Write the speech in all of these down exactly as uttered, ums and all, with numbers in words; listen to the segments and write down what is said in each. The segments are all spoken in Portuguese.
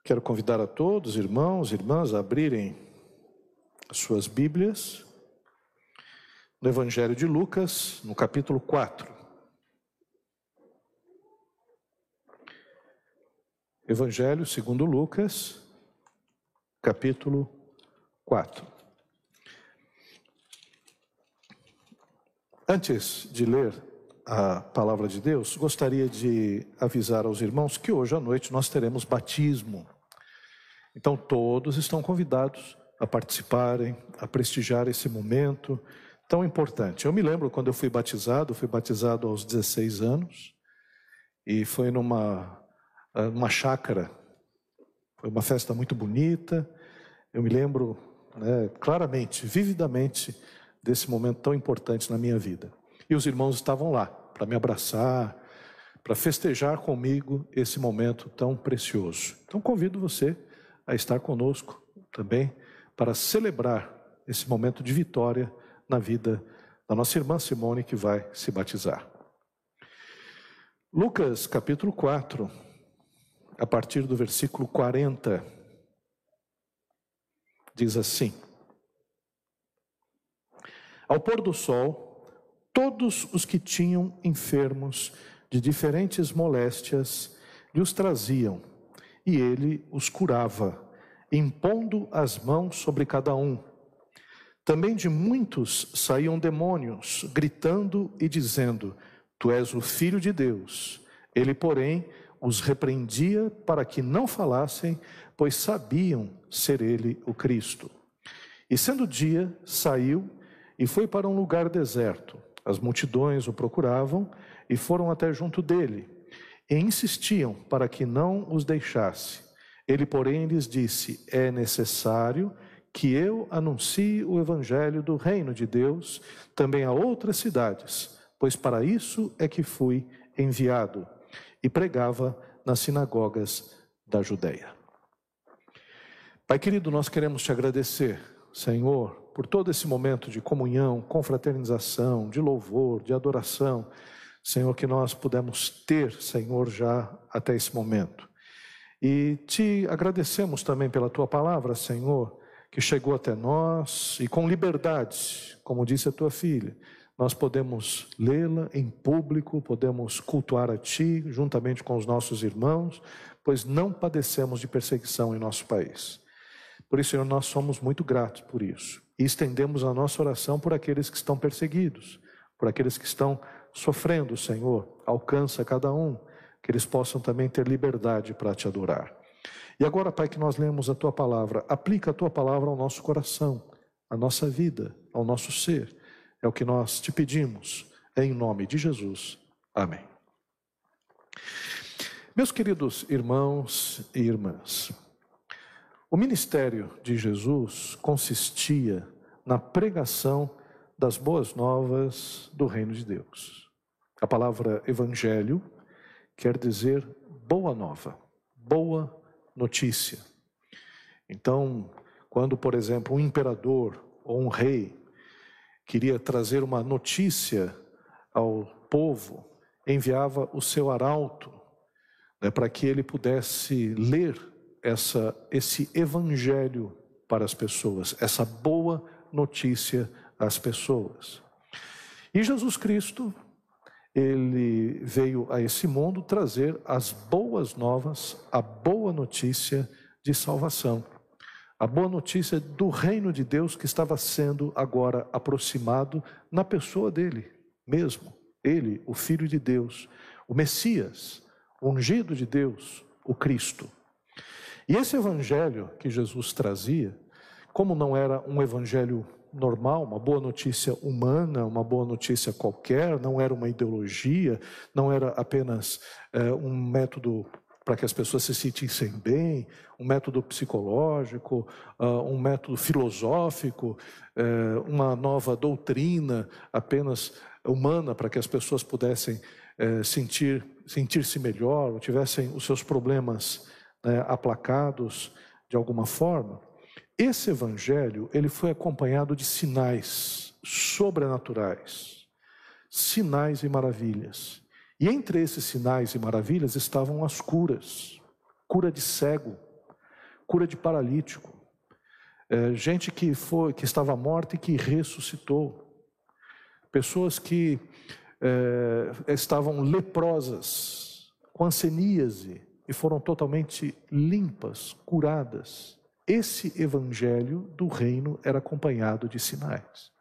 Quero convidar a todos, irmãos e irmãs, a abrirem as suas Bíblias no Evangelho de Lucas, no capítulo quatro. Evangelho segundo Lucas, capítulo quatro. Antes de ler a palavra de Deus, gostaria de avisar aos irmãos que hoje à noite nós teremos batismo. Então todos estão convidados a participarem, a prestigiar esse momento tão importante. Eu me lembro quando eu fui batizado, fui batizado aos dezesseis anos, e foi numa uma chácara. Foi uma festa muito bonita. Eu me lembro, né, claramente, vividamente, desse momento tão importante na minha vida. E os irmãos estavam lá para me abraçar, para festejar comigo esse momento tão precioso. Então convido você a estar conosco também para celebrar esse momento de vitória na vida da nossa irmã Simone, que vai se batizar. Lucas capítulo quatro, a partir do versículo quarenta, diz assim: Ao pôr do sol, todos os que tinham enfermos de diferentes moléstias lhe os traziam, e ele os curava, impondo as mãos sobre cada um. Também de muitos saíam demônios, gritando e dizendo: Tu és o Filho de Deus. Ele, porém, os repreendia para que não falassem, pois sabiam ser ele o Cristo. E sendo dia, saiu e foi para um lugar deserto. As multidões o procuravam e foram até junto dele, e insistiam para que não os deixasse. Ele, porém, lhes disse: É necessário que eu anuncie o evangelho do reino de Deus também a outras cidades, pois para isso é que fui enviado. E pregava nas sinagogas da Judeia. Pai querido, nós queremos te agradecer, Senhor, por todo esse momento de comunhão, confraternização, de louvor, de adoração, Senhor, que nós pudemos ter, Senhor, já até esse momento. E te agradecemos também pela tua palavra, Senhor, que chegou até nós e com liberdade, como disse a tua filha, nós podemos lê-la em público, podemos cultuar a Ti, juntamente com os nossos irmãos, pois não padecemos de perseguição em nosso país. Por isso, Senhor, nós somos muito gratos por isso. E estendemos a nossa oração por aqueles que estão perseguidos, por aqueles que estão sofrendo, Senhor. Alcança cada um, que eles possam também ter liberdade para Te adorar. E agora, Pai, que nós lemos a Tua palavra, aplica a Tua palavra ao nosso coração, à nossa vida, ao nosso ser. É o que nós te pedimos, em nome de Jesus. Amém. Meus queridos irmãos e irmãs, o ministério de Jesus consistia na pregação das boas novas do reino de Deus. A palavra evangelho quer dizer boa nova, boa notícia. Então, quando, por exemplo, um imperador ou um rei queria trazer uma notícia ao povo, enviava o seu arauto, né, para que ele pudesse ler essa, esse evangelho para as pessoas, essa boa notícia às pessoas. E Jesus Cristo, ele veio a esse mundo trazer as boas novas, a boa notícia de salvação. A boa notícia do reino de Deus que estava sendo agora aproximado na pessoa dele mesmo. Ele, o Filho de Deus, o Messias, o ungido de Deus, o Cristo. E esse evangelho que Jesus trazia, como não era um evangelho normal, uma boa notícia humana, uma boa notícia qualquer, não era uma ideologia, não era apenas é, um método para que as pessoas se sentissem bem, um método psicológico, uh, um método filosófico, uh, uma nova doutrina apenas humana para que as pessoas pudessem uh, sentir, sentir-se melhor, ou tivessem os seus problemas uh, aplacados de alguma forma. Esse evangelho, ele foi acompanhado de sinais sobrenaturais, sinais e maravilhas. E entre esses sinais e maravilhas estavam as curas, cura de cego, cura de paralítico, é, gente que, foi, que estava morta e que ressuscitou, pessoas que é, estavam leprosas, com hanseníase, e foram totalmente limpas, curadas. Esse evangelho do reino era acompanhado de sinais.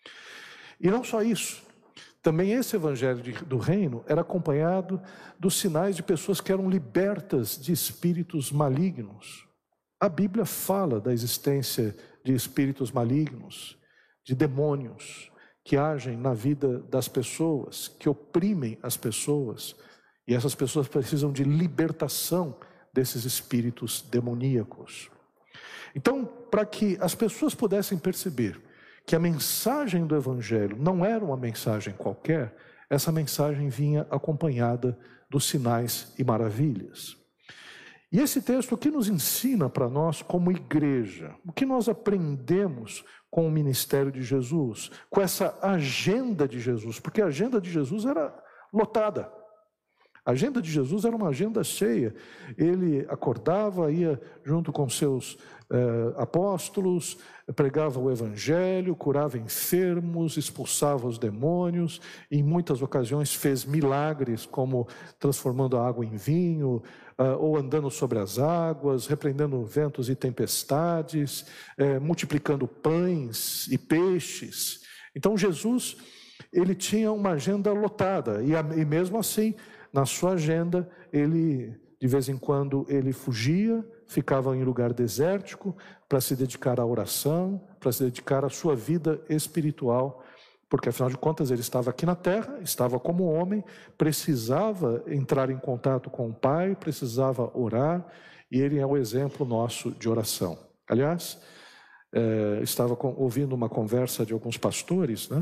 E não só isso, também esse evangelho de, do reino era acompanhado dos sinais de pessoas que eram libertas de espíritos malignos. A Bíblia fala da existência de espíritos malignos, de demônios que agem na vida das pessoas, que oprimem as pessoas, e essas pessoas precisam de libertação desses espíritos demoníacos. Então, para que as pessoas pudessem perceber que a mensagem do Evangelho não era uma mensagem qualquer, essa mensagem vinha acompanhada dos sinais e maravilhas. E esse texto, o que nos ensina para nós como igreja? O que nós aprendemos com o ministério de Jesus? Com essa agenda de Jesus? Porque a agenda de Jesus era lotada. A agenda de Jesus era uma agenda cheia. Ele acordava, ia junto com seus eh, apóstolos, pregava o evangelho, curava enfermos, expulsava os demônios, e em muitas ocasiões fez milagres, como transformando a água em vinho, Uh, ou andando sobre as águas, repreendendo ventos e tempestades, eh, multiplicando pães e peixes. Então Jesus, ele tinha uma agenda lotada, e, a, e mesmo assim, na sua agenda, ele, de vez em quando, ele fugia, ficava em lugar desértico, para se dedicar à oração, para se dedicar à sua vida espiritual, porque afinal de contas ele estava aqui na terra, estava como homem, precisava entrar em contato com o Pai, precisava orar, e ele é o exemplo nosso de oração. Aliás, é, estava com, ouvindo uma conversa de alguns pastores, né?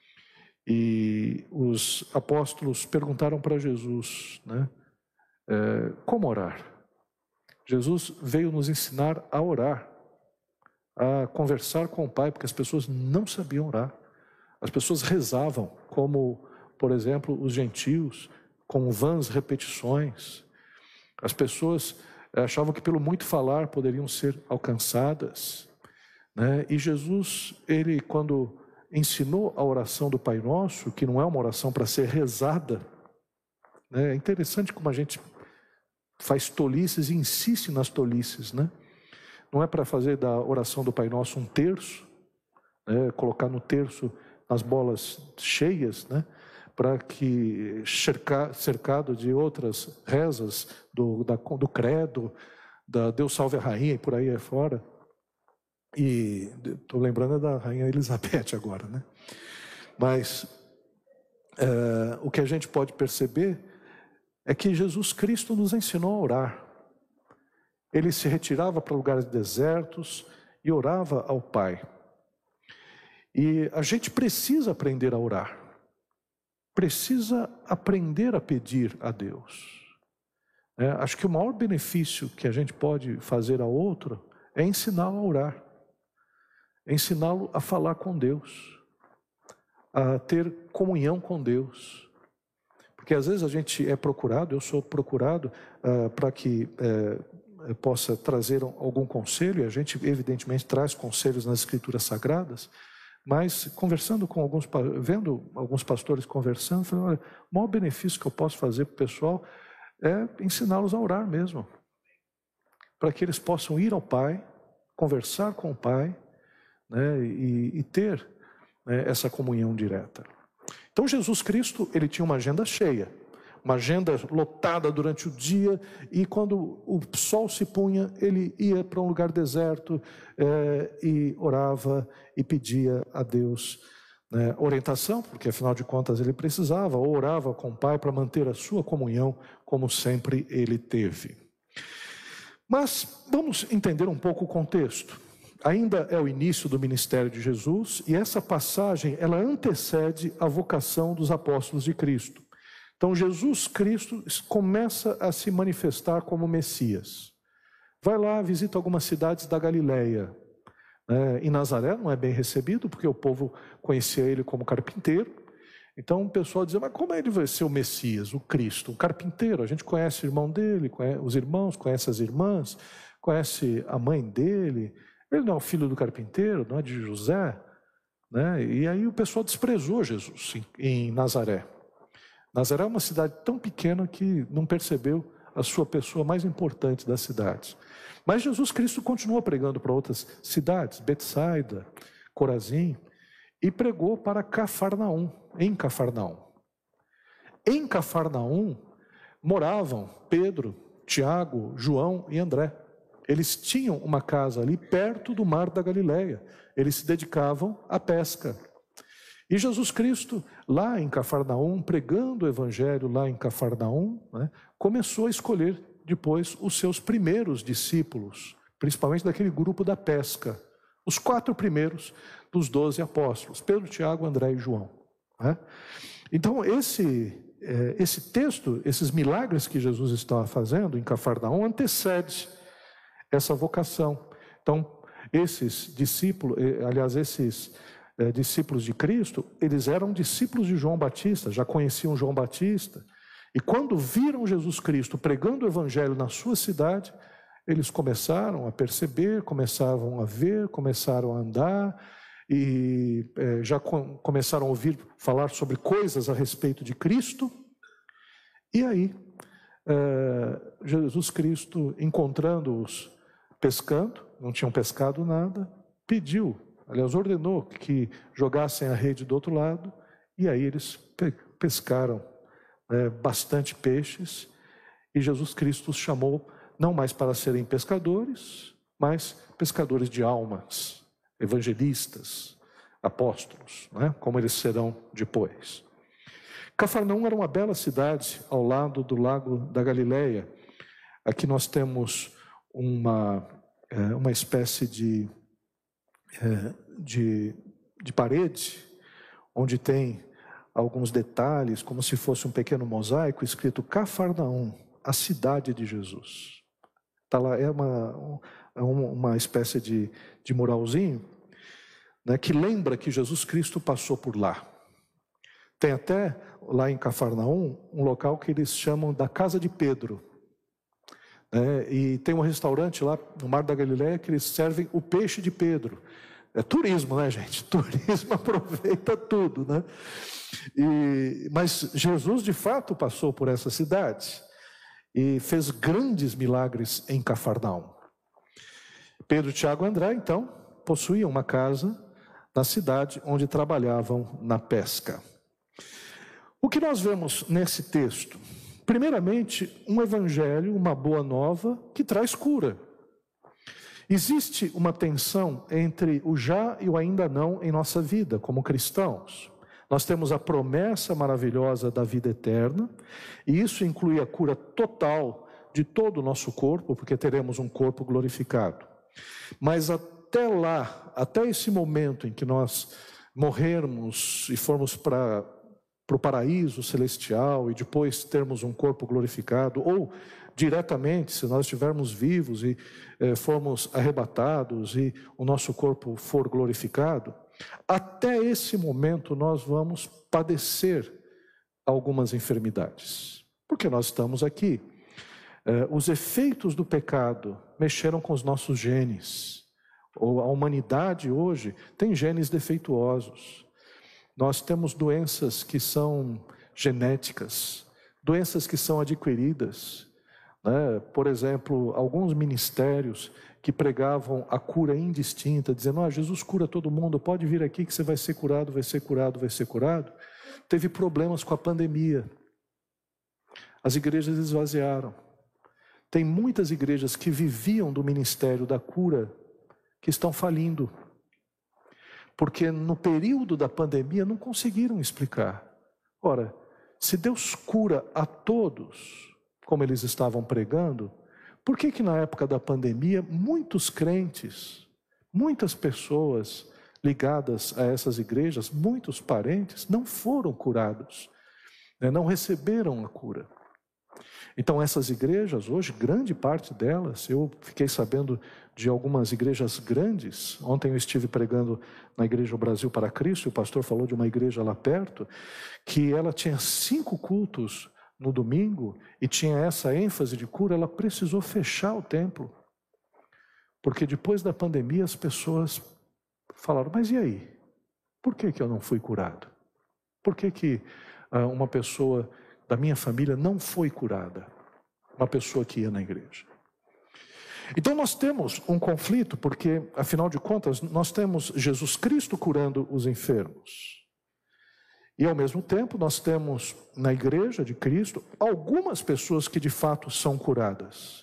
E os apóstolos perguntaram para Jesus, né? É, como orar? Jesus veio nos ensinar a orar, a conversar com o Pai, porque as pessoas não sabiam orar. As pessoas rezavam, como, por exemplo, os gentios, com vãs repetições. As pessoas achavam que pelo muito falar poderiam ser alcançadas, né? E Jesus, ele quando ensinou a oração do Pai Nosso, que não é uma oração para ser rezada, né? É interessante como a gente faz tolices e insiste nas tolices, né? Não é para fazer da oração do Pai Nosso um terço, né? Colocar no terço as bolas cheias, né, para que cerca, cercado de outras rezas do, da, do credo, da Deus salve a rainha e por aí fora. E estou lembrando da rainha Elizabeth agora, né? Mas é, o que a gente pode perceber é que Jesus Cristo nos ensinou a orar. Ele se retirava para lugares desertos e orava ao Pai. E a gente precisa aprender a orar, precisa aprender a pedir a Deus. É, acho que o maior benefício que a gente pode fazer a outro é ensiná-lo a orar, é ensiná-lo a falar com Deus, a ter comunhão com Deus. Porque às vezes a gente é procurado, eu sou procurado uh, para que uh, possa trazer algum conselho, e a gente evidentemente traz conselhos nas Escrituras Sagradas. Mas conversando com alguns, vendo alguns pastores conversando, falei, olha, o maior benefício que eu posso fazer para o pessoal é ensiná-los a orar mesmo. Para que eles possam ir ao Pai, conversar com o Pai, né, e, e ter, né, essa comunhão direta. Então Jesus Cristo, ele tinha uma agenda cheia, uma agenda lotada durante o dia, e quando o sol se punha, ele ia para um lugar deserto é, e orava e pedia a Deus, né, orientação, porque afinal de contas ele precisava, ou orava com o Pai para manter a sua comunhão, como sempre ele teve. Mas vamos entender um pouco o contexto. Ainda é o início do ministério de Jesus, e essa passagem ela antecede a vocação dos apóstolos de Cristo. Então Jesus Cristo começa a se manifestar como Messias. Vai lá, visita algumas cidades da Galileia. É, em Nazaré não é bem recebido, porque o povo conhecia ele como carpinteiro. Então o pessoal dizia, mas como ele vai ser o Messias, o Cristo? O carpinteiro, a gente conhece o irmão dele, conhece os irmãos, conhece as irmãs, conhece a mãe dele, ele não é o filho do carpinteiro, não é de José, né? E aí o pessoal desprezou Jesus em, em Nazaré. Nazaré é uma cidade tão pequena que não percebeu a sua pessoa mais importante da cidade. Mas Jesus Cristo continuou pregando para outras cidades, Betsaida, Corazim, e pregou para Cafarnaum, em Cafarnaum. Em Cafarnaum moravam Pedro, Tiago, João e André. Eles tinham uma casa ali perto do mar da Galileia. Eles se dedicavam à pesca. E Jesus Cristo, lá em Cafarnaum, pregando o evangelho lá em Cafarnaum, né, começou a escolher depois os seus primeiros discípulos, principalmente daquele grupo da pesca. Os quatro primeiros dos doze apóstolos, Pedro, Tiago, André e João. Né? Então, esse, esse texto, esses milagres que Jesus estava fazendo em Cafarnaum, antecede essa vocação. Então, esses discípulos, aliás, esses é, discípulos de Cristo, eles eram discípulos de João Batista, já conheciam João Batista, e quando viram Jesus Cristo pregando o evangelho na sua cidade, eles começaram a perceber, começaram a ver, começaram a andar, e é, já com, começaram a ouvir falar sobre coisas a respeito de Cristo, e aí é, Jesus Cristo, encontrando-os pescando, não tinham pescado nada, pediu, aliás, ordenou que jogassem a rede do outro lado, e aí eles pescaram é, bastante peixes, e Jesus Cristo os chamou não mais para serem pescadores, mas pescadores de almas, evangelistas, apóstolos, né? Como eles serão depois. Cafarnaum era uma bela cidade ao lado do lago da Galileia. Aqui nós temos uma, é, uma espécie de, é, de, de parede, onde tem alguns detalhes, como se fosse um pequeno mosaico, escrito Cafarnaum, a cidade de Jesus. Tá lá, é uma, uma espécie de, de muralzinho, né, que lembra que Jesus Cristo passou por lá. Tem até lá em Cafarnaum um local que eles chamam da Casa de Pedro. É, e tem um restaurante lá no Mar da Galileia que eles servem o peixe de Pedro. É turismo, né, gente? Turismo aproveita tudo, né? E, mas Jesus, de fato, passou por essa cidade e fez grandes milagres em Cafarnaum. Pedro, Tiago e André, então, possuíam uma casa na cidade onde trabalhavam na pesca. O que nós vemos nesse texto? Primeiramente, um evangelho, uma boa nova, que traz cura. Existe uma tensão entre o já e o ainda não em nossa vida, como cristãos. Nós temos a promessa maravilhosa da vida eterna, e isso inclui a cura total de todo o nosso corpo, porque teremos um corpo glorificado. Mas até lá, até esse momento em que nós morrermos e formos para... para o paraíso celestial e depois termos um corpo glorificado, ou diretamente, se nós estivermos vivos e eh, formos arrebatados e o nosso corpo for glorificado, até esse momento nós vamos padecer algumas enfermidades, porque nós estamos aqui. Eh, os efeitos do pecado mexeram com os nossos genes. Ou a humanidade hoje tem genes defeituosos. Nós temos doenças que são genéticas, doenças que são adquiridas, né? Por exemplo, alguns ministérios que pregavam a cura indistinta, dizendo, ah, Jesus cura todo mundo, pode vir aqui que você vai ser curado, vai ser curado, vai ser curado. Teve problemas com a pandemia. As igrejas esvaziaram. Tem muitas igrejas que viviam do ministério da cura que estão falindo. Porque no período da pandemia não conseguiram explicar. Ora, se Deus cura a todos, como eles estavam pregando, por que que na época da pandemia muitos crentes, muitas pessoas ligadas a essas igrejas, muitos parentes, não foram curados, né, não receberam a cura? Então essas igrejas hoje, grande parte delas, eu fiquei sabendo de algumas igrejas grandes. Ontem eu estive pregando na Igreja Brasil para Cristo, e o pastor falou de uma igreja lá perto, que ela tinha cinco cultos no domingo, e tinha essa ênfase de cura, ela precisou fechar o templo. Porque depois da pandemia as pessoas falaram, mas e aí? Por que que eu não fui curado? Por que que ah, uma pessoa da minha família não foi curada? Uma pessoa que ia na igreja. Então nós temos um conflito, porque, afinal de contas, nós temos Jesus Cristo curando os enfermos. E, ao mesmo tempo, nós temos na igreja de Cristo algumas pessoas que, de fato, são curadas.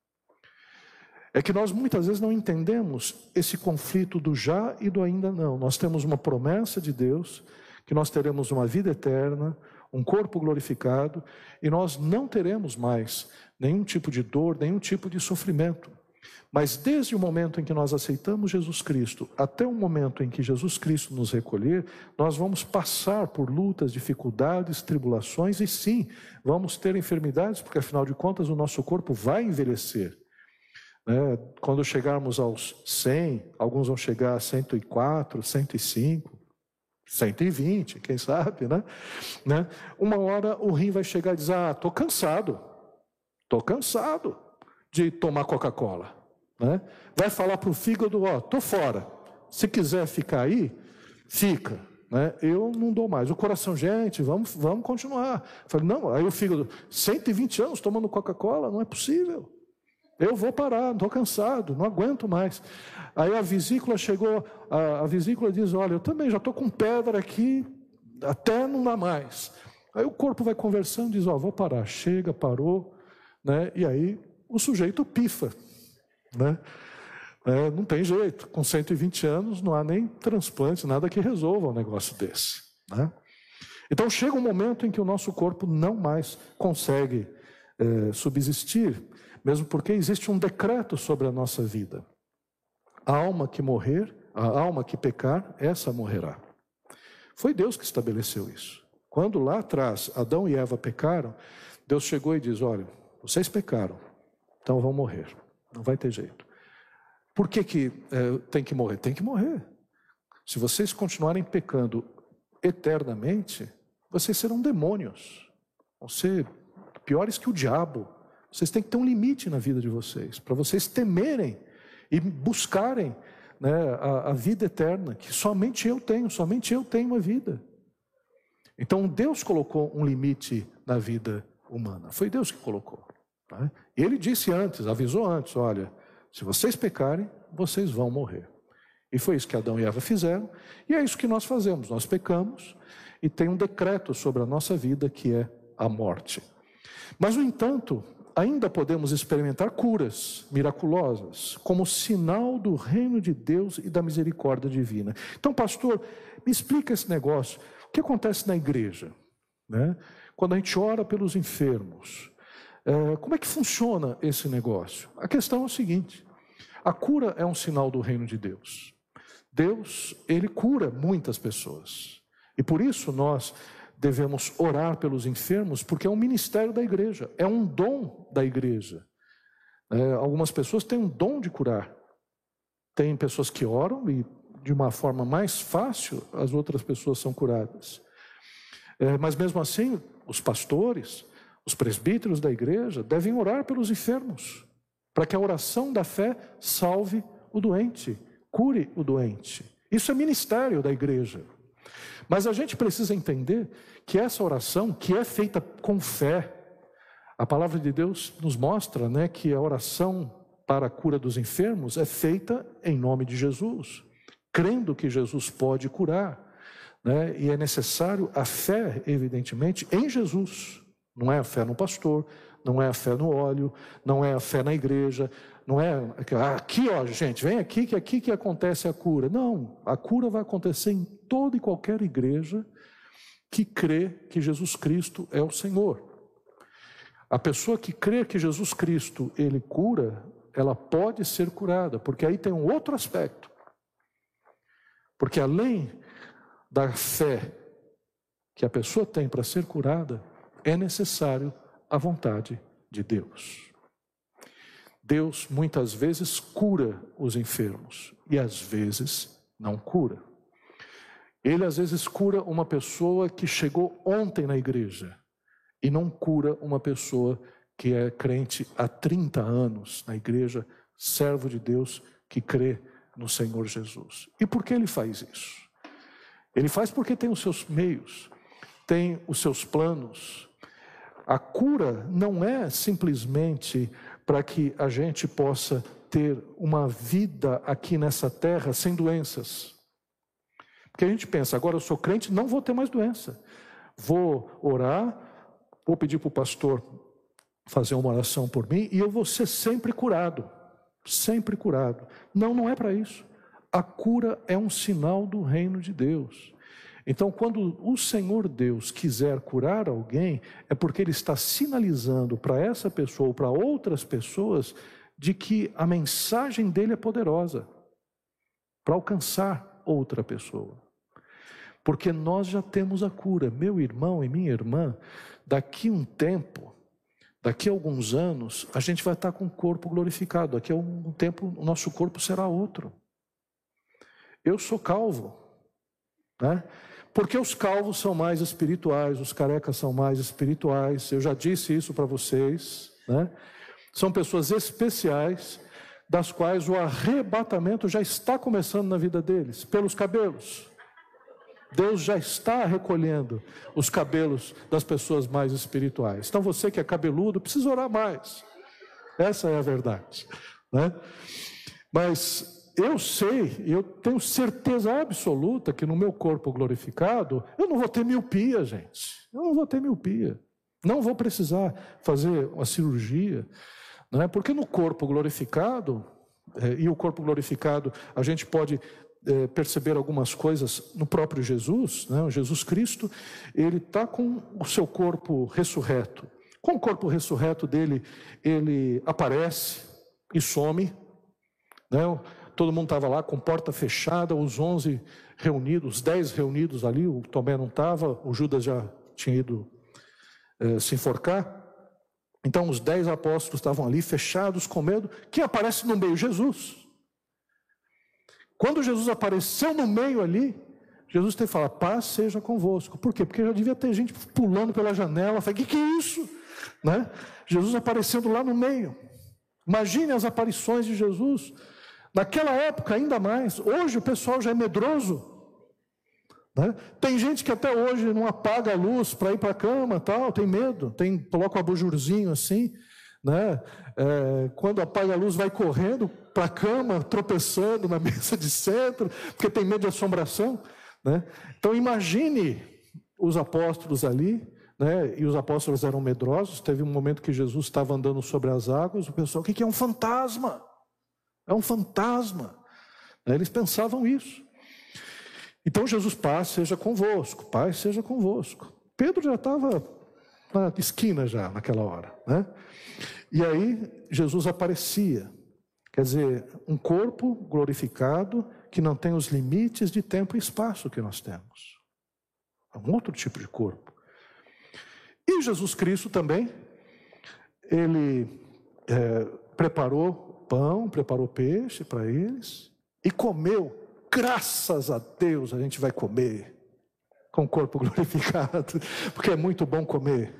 É que nós, muitas vezes, não entendemos esse conflito do já e do ainda não. Nós temos uma promessa de Deus, que nós teremos uma vida eterna, um corpo glorificado, e nós não teremos mais nenhum tipo de dor, nenhum tipo de sofrimento. Mas desde o momento em que nós aceitamos Jesus Cristo, até o momento em que Jesus Cristo nos recolher, nós vamos passar por lutas, dificuldades, tribulações, e sim, vamos ter enfermidades, porque afinal de contas o nosso corpo vai envelhecer. Né? Quando chegarmos aos cem, alguns vão chegar a cento e quatro, cento e cinco, cento e vinte, quem sabe, né? né? Uma hora o rim vai chegar e dizer, ah, estou cansado, estou cansado de tomar Coca-Cola. Né? Vai falar para o fígado, ó, estou fora, se quiser ficar aí, fica. Né? Eu não dou mais. O coração, gente, vamos, vamos continuar. Falei, não, aí o fígado, cento e vinte anos tomando Coca-Cola, não é possível. Eu vou parar, estou cansado, não aguento mais. Aí a vesícula chegou, a, a vesícula diz, olha, eu também já estou com pedra aqui, até não dá mais. Aí o corpo vai conversando e diz, ó, vou parar. Chega, parou, né? E aí o sujeito pifa. Né? É, não tem jeito, com cento e vinte anos não há nem transplante, nada que resolva um negócio desse. Né? Então chega um momento em que o nosso corpo não mais consegue é, subsistir, mesmo porque existe um decreto sobre a nossa vida. A alma que morrer, a alma que pecar, essa morrerá. Foi Deus que estabeleceu isso. Quando lá atrás Adão e Eva pecaram, Deus chegou e diz, olha, vocês pecaram, então vão morrer, não vai ter jeito. Por que que é, tem que morrer? Tem que morrer. Se vocês continuarem pecando eternamente, vocês serão demônios, vão ser piores que o diabo. Vocês têm que ter um limite na vida de vocês, para vocês temerem e buscarem, né, a, a vida eterna, que somente eu tenho, somente eu tenho a vida. Então Deus colocou um limite na vida humana, foi Deus que colocou. Né? E Ele disse antes, avisou antes, olha, se vocês pecarem, vocês vão morrer. E foi isso que Adão e Eva fizeram, e é isso que nós fazemos, nós pecamos, e tem um decreto sobre a nossa vida que é a morte. Mas, no entanto, ainda podemos experimentar curas miraculosas, como sinal do reino de Deus e da misericórdia divina. Então, pastor, me explica esse negócio. O que acontece na igreja? Né? Quando a gente ora pelos enfermos, é, como é que funciona esse negócio? A questão é o seguinte, a cura é um sinal do reino de Deus. Deus, Ele cura muitas pessoas. E por isso nós devemos orar pelos enfermos, porque é um ministério da igreja, é um dom da igreja. É, algumas pessoas têm um dom de curar. Tem pessoas que oram e de uma forma mais fácil as outras pessoas são curadas. É, mas mesmo assim, os pastores, os presbíteros da igreja devem orar pelos enfermos, para que a oração da fé salve o doente, cure o doente. Isso é ministério da igreja. Mas a gente precisa entender que essa oração, que é feita com fé, a palavra de Deus nos mostra, né, que a oração para a cura dos enfermos é feita em nome de Jesus, crendo que Jesus pode curar, né, e é necessário a fé, evidentemente, em Jesus. Não é a fé no pastor, não é a fé no óleo, não é a fé na igreja, não é aqui, ó, gente, vem aqui que aqui que acontece a cura. Não, a cura vai acontecer em toda e qualquer igreja que crê que Jesus Cristo é o Senhor. A pessoa que crê que Jesus Cristo, Ele cura, ela pode ser curada, porque aí tem um outro aspecto. Porque além da fé que a pessoa tem para ser curada, é necessário a vontade de Deus. Deus muitas vezes cura os enfermos e às vezes não cura. Ele às vezes cura uma pessoa que chegou ontem na igreja e não cura uma pessoa que é crente há trinta anos na igreja, servo de Deus que crê no Senhor Jesus. E por que ele faz isso? Ele faz porque tem os seus meios, tem os seus planos. A cura não é simplesmente para que a gente possa ter uma vida aqui nessa terra sem doenças. Porque a gente pensa, agora eu sou crente, não vou ter mais doença. Vou orar, vou pedir para o pastor fazer uma oração por mim e eu vou ser sempre curado. Sempre curado. Não, não é para isso. A cura é um sinal do reino de Deus. Então, quando o Senhor Deus quiser curar alguém, é porque Ele está sinalizando para essa pessoa ou para outras pessoas de que a mensagem dele é poderosa para alcançar outra pessoa. Porque nós já temos a cura. Meu irmão e minha irmã, daqui um tempo, daqui a alguns anos, a gente vai estar com o corpo glorificado. Daqui a um tempo, o nosso corpo será outro. Eu sou calvo, né? Porque os calvos são mais espirituais, os carecas são mais espirituais. Eu já disse isso para vocês, né? São pessoas especiais, das quais o arrebatamento já está começando na vida deles, pelos cabelos. Deus já está recolhendo os cabelos das pessoas mais espirituais. Então você que é cabeludo, precisa orar mais. Essa é a verdade, né? Mas eu sei, eu tenho certeza absoluta que no meu corpo glorificado, eu não vou ter miopia, gente. Eu não vou ter miopia. Não vou precisar fazer uma cirurgia, não é? Porque no corpo glorificado, é, e o corpo glorificado, a gente pode é, perceber algumas coisas no próprio Jesus, né? O Jesus Cristo, ele está com o seu corpo ressurreto. Com o corpo ressurreto dele, ele aparece e some, né? Todo mundo estava lá com porta fechada, os onze reunidos, os dez reunidos ali, o Tomé não estava, o Judas já tinha ido eh, se enforcar. Então os dez apóstolos estavam ali fechados com medo. Quem aparece no meio? Jesus. Quando Jesus apareceu no meio ali, Jesus teve que falar, paz seja convosco. Por quê? Porque já devia ter gente pulando pela janela. Eu falei, o que, que é isso? Né? Jesus aparecendo lá no meio. Imagine as aparições de Jesus. Naquela época ainda mais. Hoje o pessoal já é medroso, né? Tem gente que até hoje não apaga a luz para ir para a cama, tal, tem medo, tem, coloca um abajurzinho assim, né? É, quando apaga a luz vai correndo para a cama, tropeçando na mesa de centro, porque tem medo de assombração, né? Então imagine os apóstolos ali, né? E os apóstolos eram medrosos. Teve um momento que Jesus estava andando sobre as águas, o pessoal, o que é um fantasma? É um fantasma. Eles pensavam isso. Então Jesus, paz seja convosco, paz seja convosco. Pedro já estava na esquina já, naquela hora, né? E aí Jesus aparecia. Quer dizer, um corpo glorificado que não tem os limites de tempo e espaço que nós temos. É um outro tipo de corpo. E Jesus Cristo também, ele é, preparou pão, preparou peixe para eles e comeu. Graças a Deus a gente vai comer com o corpo glorificado, porque é muito bom comer.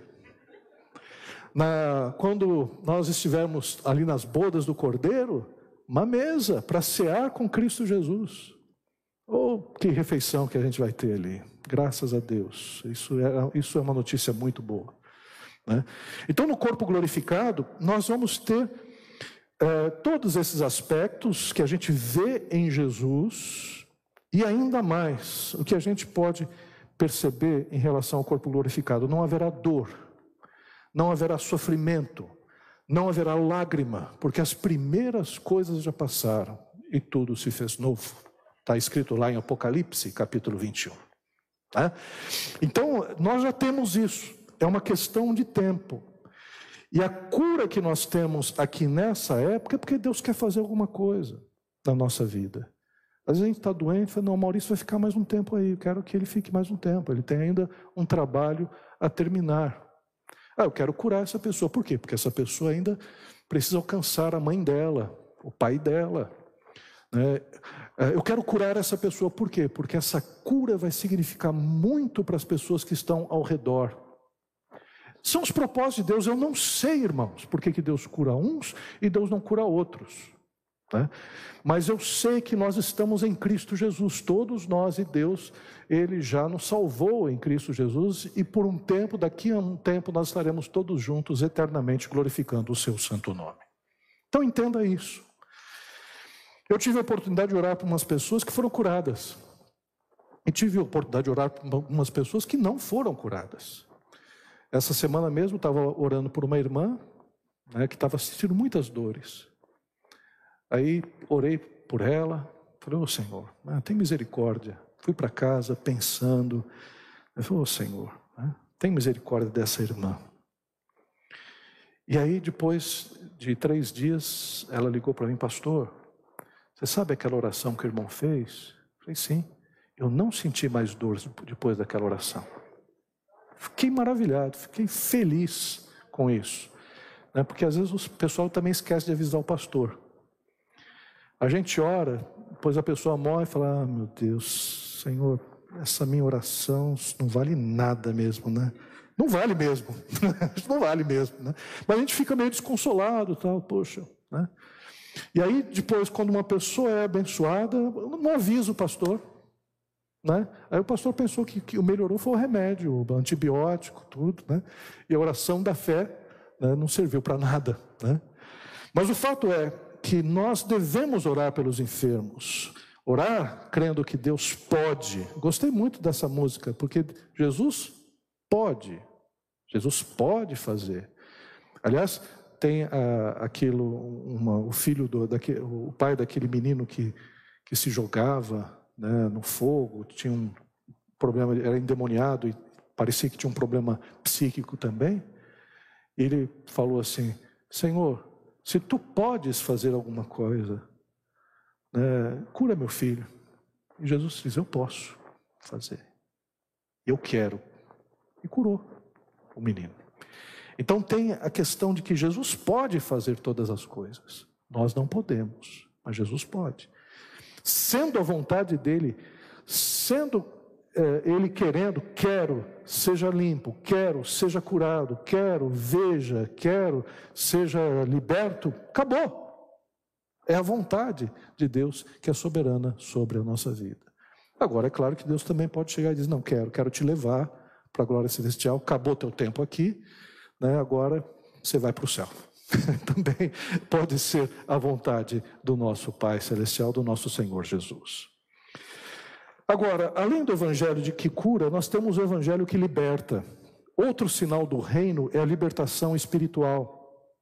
Na, quando nós estivermos ali nas bodas do Cordeiro, uma mesa para cear com Cristo Jesus. Oh, que refeição que a gente vai ter ali. Graças a Deus. Isso é, isso é uma notícia muito boa, né? Então no corpo glorificado nós vamos ter É, todos esses aspectos que a gente vê em Jesus e ainda mais o que a gente pode perceber em relação ao corpo glorificado. Não haverá dor, não haverá sofrimento, não haverá lágrima, porque as primeiras coisas já passaram e tudo se fez novo. Está escrito lá em Apocalipse, capítulo vinte e um. Tá? Então, nós já temos isso, é uma questão de tempo. E a cura que nós temos aqui nessa época é porque Deus quer fazer alguma coisa na nossa vida. Às vezes a gente está doente, fala, não, o Maurício vai ficar mais um tempo aí, eu quero que ele fique mais um tempo, ele tem ainda um trabalho a terminar. Ah, eu quero curar essa pessoa, por quê? Porque essa pessoa ainda precisa alcançar a mãe dela, o pai dela, né? Eu quero curar essa pessoa, por quê? Porque essa cura vai significar muito para as pessoas que estão ao redor. São os propósitos de Deus. Eu não sei, irmãos, por que que Deus cura uns e Deus não cura outros. né? Mas eu sei que nós estamos em Cristo Jesus, todos nós, e Deus, Ele já nos salvou em Cristo Jesus, e por um tempo, daqui a um tempo, nós estaremos todos juntos, eternamente glorificando o seu santo nome. Então entenda isso. Eu tive a oportunidade de orar por umas pessoas que foram curadas, e tive a oportunidade de orar por algumas pessoas que não foram curadas. Essa semana mesmo, estava orando por uma irmã, né, que estava sentindo muitas dores. Aí orei por ela, falei, ô Senhor, né, tem misericórdia. Fui para casa pensando, eu falei, ô Senhor, né, tem misericórdia dessa irmã. E aí depois de três dias, ela ligou para mim, pastor, você sabe aquela oração que o irmão fez? Eu falei, sim, eu não senti mais dor depois daquela oração. Fiquei maravilhado, fiquei feliz com isso, né, porque às vezes o pessoal também esquece de avisar o pastor. A gente ora, depois a pessoa morre e fala, ah, meu Deus, Senhor, essa minha oração não vale nada mesmo, né? Não vale mesmo, não vale mesmo, né? Mas a gente fica meio desconsolado, tal, poxa, né? E aí depois, quando uma pessoa é abençoada, não avisa o pastor, né? Aí o pastor pensou que, que o melhorou foi o remédio, o antibiótico, tudo, né? E a oração da fé, né, não serviu para nada, né? Mas o fato é que nós devemos orar pelos enfermos, orar crendo que Deus pode. Gostei muito dessa música, porque Jesus pode, Jesus pode fazer. Aliás, tem ah, aquilo, uma, o filho do, daquele, o pai daquele menino que, que se jogava, né, no fogo, tinha um problema, era endemoniado e parecia que tinha um problema psíquico também. Ele falou assim, Senhor, se tu podes fazer alguma coisa, né, cura meu filho. E Jesus diz, eu posso fazer. Eu quero. E curou o menino. Então tem a questão de que Jesus pode fazer todas as coisas. Nós não podemos, mas Jesus pode. Sendo a vontade dele, sendo é, ele querendo, quero, seja limpo, quero, seja curado, quero, veja, quero, seja liberto, acabou. É a vontade de Deus que é soberana sobre a nossa vida. Agora, é claro que Deus também pode chegar e dizer, não, quero, quero te levar para a glória celestial, acabou teu tempo aqui, né, agora você vai para o céu. Também pode ser a vontade do nosso Pai Celestial, do nosso Senhor Jesus. Agora, além do evangelho de que cura, nós temos o evangelho que liberta. Outro sinal do reino é a libertação espiritual.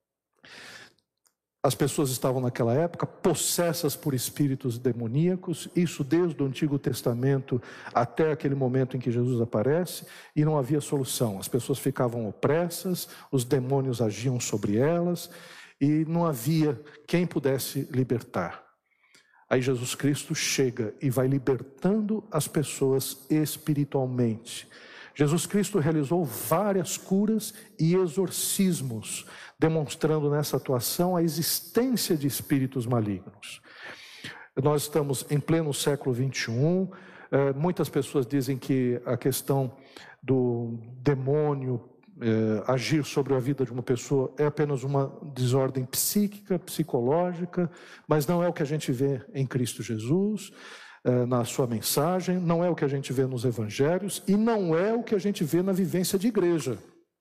As pessoas estavam naquela época possessas por espíritos demoníacos, isso desde o Antigo Testamento até aquele momento em que Jesus aparece, e não havia solução. As pessoas ficavam opressas, os demônios agiam sobre elas, e não havia quem pudesse libertar. Aí Jesus Cristo chega e vai libertando as pessoas espiritualmente. Jesus Cristo realizou várias curas e exorcismos, demonstrando nessa atuação a existência de espíritos malignos. Nós estamos em pleno século vinte e um, eh, muitas pessoas dizem que a questão do demônio eh, agir sobre a vida de uma pessoa é apenas uma desordem psíquica, psicológica, mas não é o que a gente vê em Cristo Jesus, eh, na sua mensagem, não é o que a gente vê nos evangelhos e não é o que a gente vê na vivência de igreja.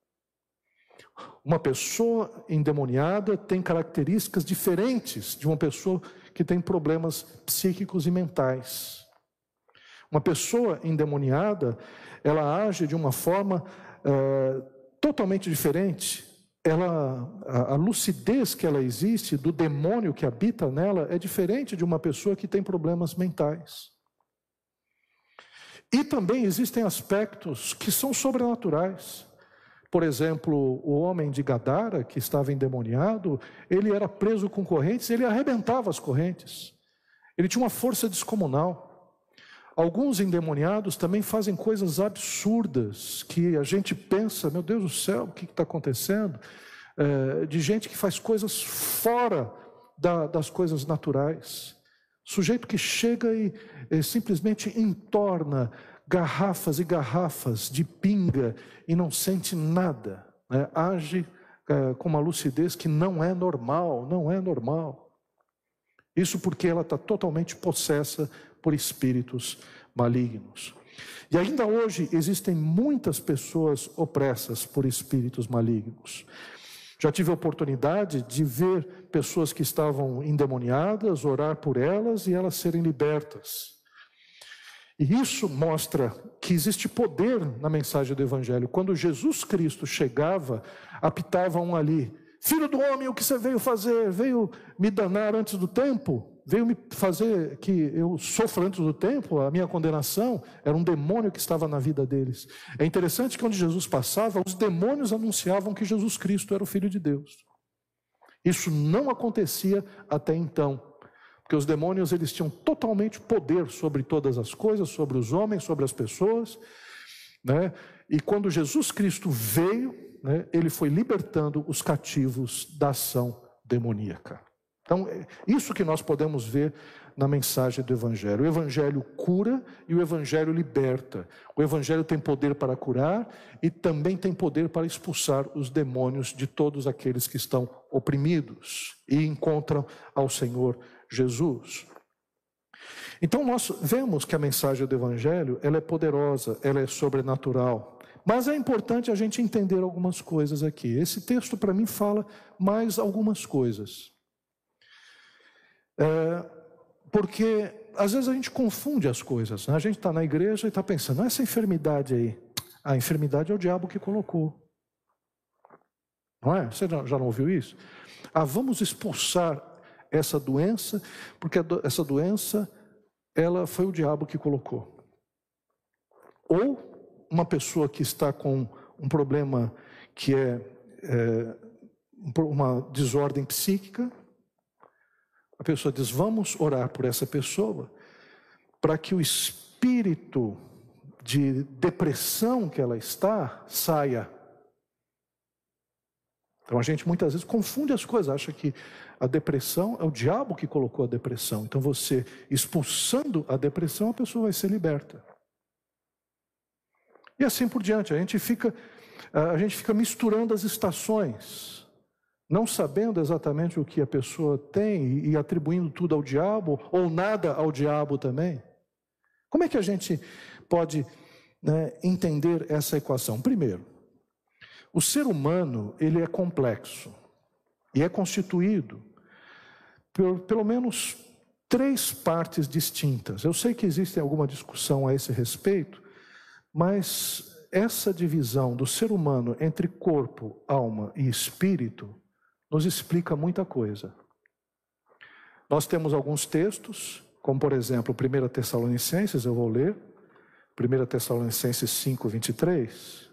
Uma pessoa endemoniada tem características diferentes de uma pessoa que tem problemas psíquicos e mentais. Uma pessoa endemoniada, ela age de uma forma é, totalmente diferente. Ela, a, a lucidez que ela existe do demônio que habita nela é diferente de uma pessoa que tem problemas mentais. E também existem aspectos que são sobrenaturais. Por exemplo, o homem de Gadara, que estava endemoniado, ele era preso com correntes, ele arrebentava as correntes. Ele tinha uma força descomunal. Alguns endemoniados também fazem coisas absurdas, que a gente pensa, meu Deus do céu, o que está acontecendo? É, de gente que faz coisas fora da, das coisas naturais. Sujeito que chega e, e simplesmente entorna garrafas e garrafas de pinga e não sente nada, né? Age é, com uma lucidez que não é normal, não é normal. Isso porque ela está totalmente possessa por espíritos malignos. E ainda hoje existem muitas pessoas opressas por espíritos malignos. Já tive a oportunidade de ver pessoas que estavam endemoniadas, orar por elas e elas serem libertas. E isso mostra que existe poder na mensagem do Evangelho. Quando Jesus Cristo chegava, apitava um ali: Filho do homem, o que você veio fazer? Veio me danar antes do tempo? Veio me fazer que eu sofra antes do tempo? A minha condenação era um demônio que estava na vida deles. É interessante que onde Jesus passava, os demônios anunciavam que Jesus Cristo era o Filho de Deus. Isso não acontecia até então, porque os demônios eles tinham totalmente poder sobre todas as coisas, sobre os homens, sobre as pessoas, né? E quando Jesus Cristo veio, né, ele foi libertando os cativos da ação demoníaca. Então, isso que nós podemos ver na mensagem do Evangelho. O Evangelho cura e o Evangelho liberta. O Evangelho tem poder para curar e também tem poder para expulsar os demônios de todos aqueles que estão oprimidos e encontram ao Senhor Jesus. Então, nós vemos que a mensagem do Evangelho ela é poderosa, ela é sobrenatural. Mas é importante a gente entender algumas coisas aqui. Esse texto, para mim, fala mais algumas coisas. É, porque às vezes a gente confunde as coisas, né? A gente está na igreja e está pensando: essa enfermidade aí, a enfermidade é o diabo que colocou, não é? Você já não ouviu isso? Ah, vamos expulsar essa doença, porque essa doença, ela foi o diabo que colocou. Ou uma pessoa que está com um problema que é, é uma desordem psíquica, a pessoa diz: vamos orar por essa pessoa, para que o espírito de depressão que ela está, saia. Então a gente muitas vezes confunde as coisas, acha que a depressão é o diabo que colocou a depressão. Então você expulsando a depressão, a pessoa vai ser liberta. E assim por diante, a gente fica, a gente fica misturando as estações, não sabendo exatamente o que a pessoa tem e atribuindo tudo ao diabo, ou nada ao diabo também. Como é que a gente pode, né, entender essa equação? Primeiro, o ser humano ele é complexo e é constituído por pelo menos três partes distintas. Eu sei que existe alguma discussão a esse respeito, mas essa divisão do ser humano entre corpo, alma e espírito nos explica muita coisa. Nós temos alguns textos, como por exemplo, primeira Tessalonicenses, eu vou ler, primeira Tessalonicenses cinco, vinte e três,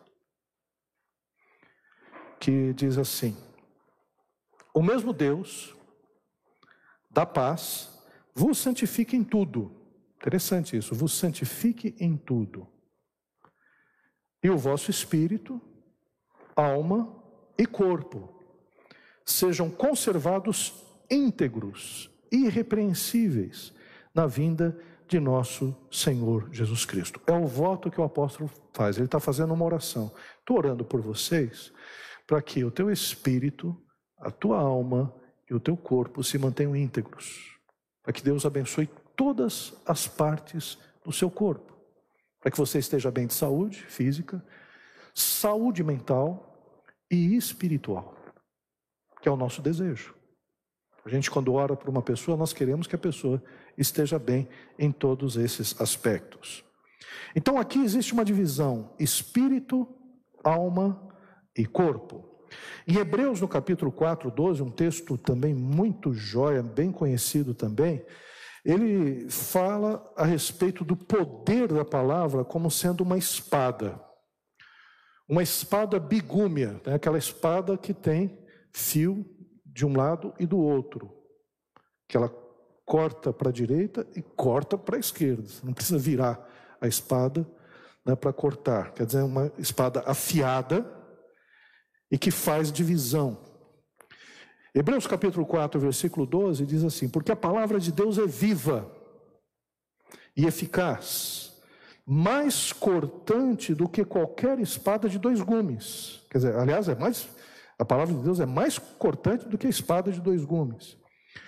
que diz assim: o mesmo Deus da paz vos santifique em tudo. Interessante isso, vos santifique em tudo. E o vosso espírito, alma e corpo sejam conservados íntegros, irrepreensíveis, na vinda de nosso Senhor Jesus Cristo. É o voto que o apóstolo faz. Ele está fazendo uma oração. Estou orando por vocês, para que o teu espírito, a tua alma e o teu corpo se mantenham íntegros. Para que Deus abençoe todas as partes do seu corpo. Para que você esteja bem de saúde física, saúde mental e espiritual. Que é o nosso desejo. A gente, quando ora por uma pessoa, nós queremos que a pessoa esteja bem em todos esses aspectos. Então aqui existe uma divisão: espírito, alma e corpo. Em Hebreus, no capítulo quatro, doze, um texto também muito jóia, bem conhecido também, ele fala a respeito do poder da palavra como sendo uma espada. Uma espada bigúmia, né? Aquela espada que tem fio de um lado e do outro, que ela corta para a direita e corta para a esquerda. Você não precisa virar a espada, né, para cortar. Quer dizer, uma espada afiada e que faz divisão. Hebreus capítulo quatro, versículo doze diz assim: porque a palavra de Deus é viva e eficaz, mais cortante do que qualquer espada de dois gumes. Quer dizer, aliás, é mais... A palavra de Deus é mais cortante do que a espada de dois gumes.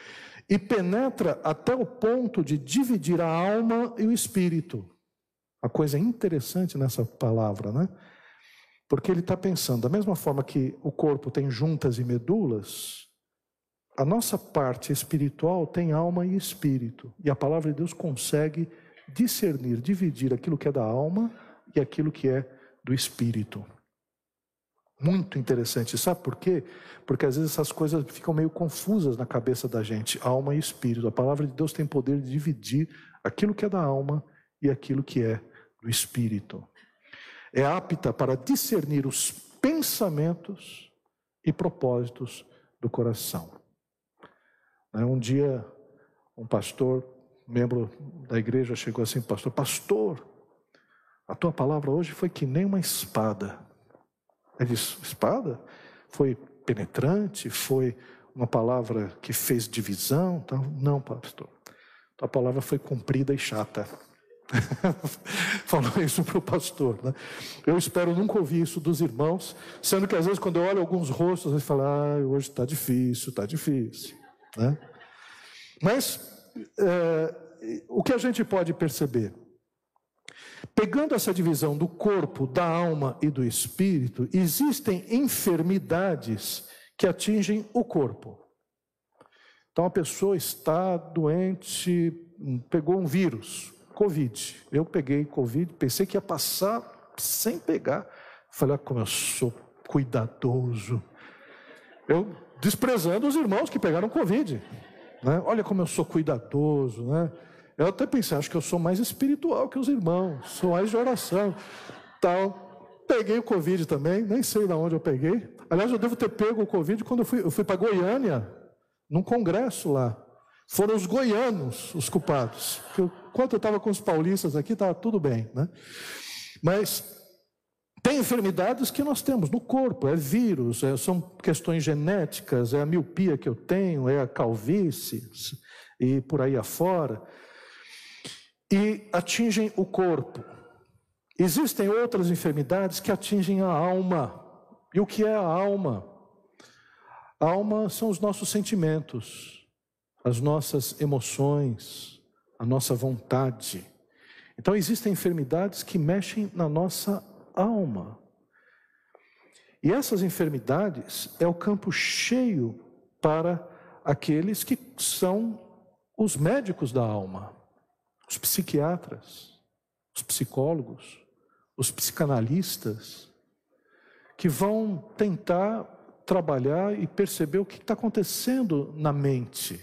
e penetra até o ponto de dividir a alma e o espírito. A coisa interessante nessa palavra, né? Porque ele está pensando, da mesma forma que o corpo tem juntas e medulas, a nossa parte espiritual tem alma e espírito. E a palavra de Deus consegue discernir, dividir aquilo que é da alma e aquilo que é do espírito. Muito interessante. Sabe por quê? Porque às vezes essas coisas ficam meio confusas na cabeça da gente, alma e espírito. A palavra de Deus tem poder de dividir aquilo que é da alma e aquilo que é do espírito. É apta para discernir os pensamentos e propósitos do coração. Um dia, um pastor, membro da igreja, chegou assim, pastor, pastor, a tua palavra hoje foi que nem uma espada. Ele disse, espada? Foi penetrante? Foi uma palavra que fez divisão? Não, pastor. A palavra foi comprida e chata. Falou isso para o pastor, né? Eu espero nunca ouvir isso dos irmãos, sendo que às vezes quando eu olho alguns rostos, eles falam, ah, hoje está difícil, está difícil, né? Mas é, o que a gente pode perceber? Pegando essa divisão do corpo, da alma e do espírito, existem enfermidades que atingem o corpo. Então a pessoa está doente, pegou um vírus, Covid. Eu peguei Covid, pensei que ia passar sem pegar. Falei, ah, como eu sou cuidadoso. Eu desprezando os irmãos que pegaram Covid. Né? Olha como eu sou cuidadoso, né? Eu até pensei, acho que eu sou mais espiritual que os irmãos, sou mais de oração, tal. Peguei o Covid também, nem sei de onde eu peguei. Aliás, eu devo ter pego o Covid quando eu fui, eu fui para Goiânia, num congresso lá. Foram os goianos os culpados. Porque enquanto eu estava com os paulistas aqui, estava tudo bem, né? Mas tem enfermidades que nós temos no corpo, é vírus, é, são questões genéticas, é a miopia que eu tenho, é a calvície, e por aí afora. E atingem o corpo. Existem outras enfermidades que atingem a alma. E o que é a alma? A alma são os nossos sentimentos, as nossas emoções, a nossa vontade. Então existem enfermidades que mexem na nossa alma. E essas enfermidades é o campo cheio para aqueles que são os médicos da alma. Os psiquiatras, os psicólogos, os psicanalistas, que vão tentar trabalhar e perceber o que está acontecendo na mente.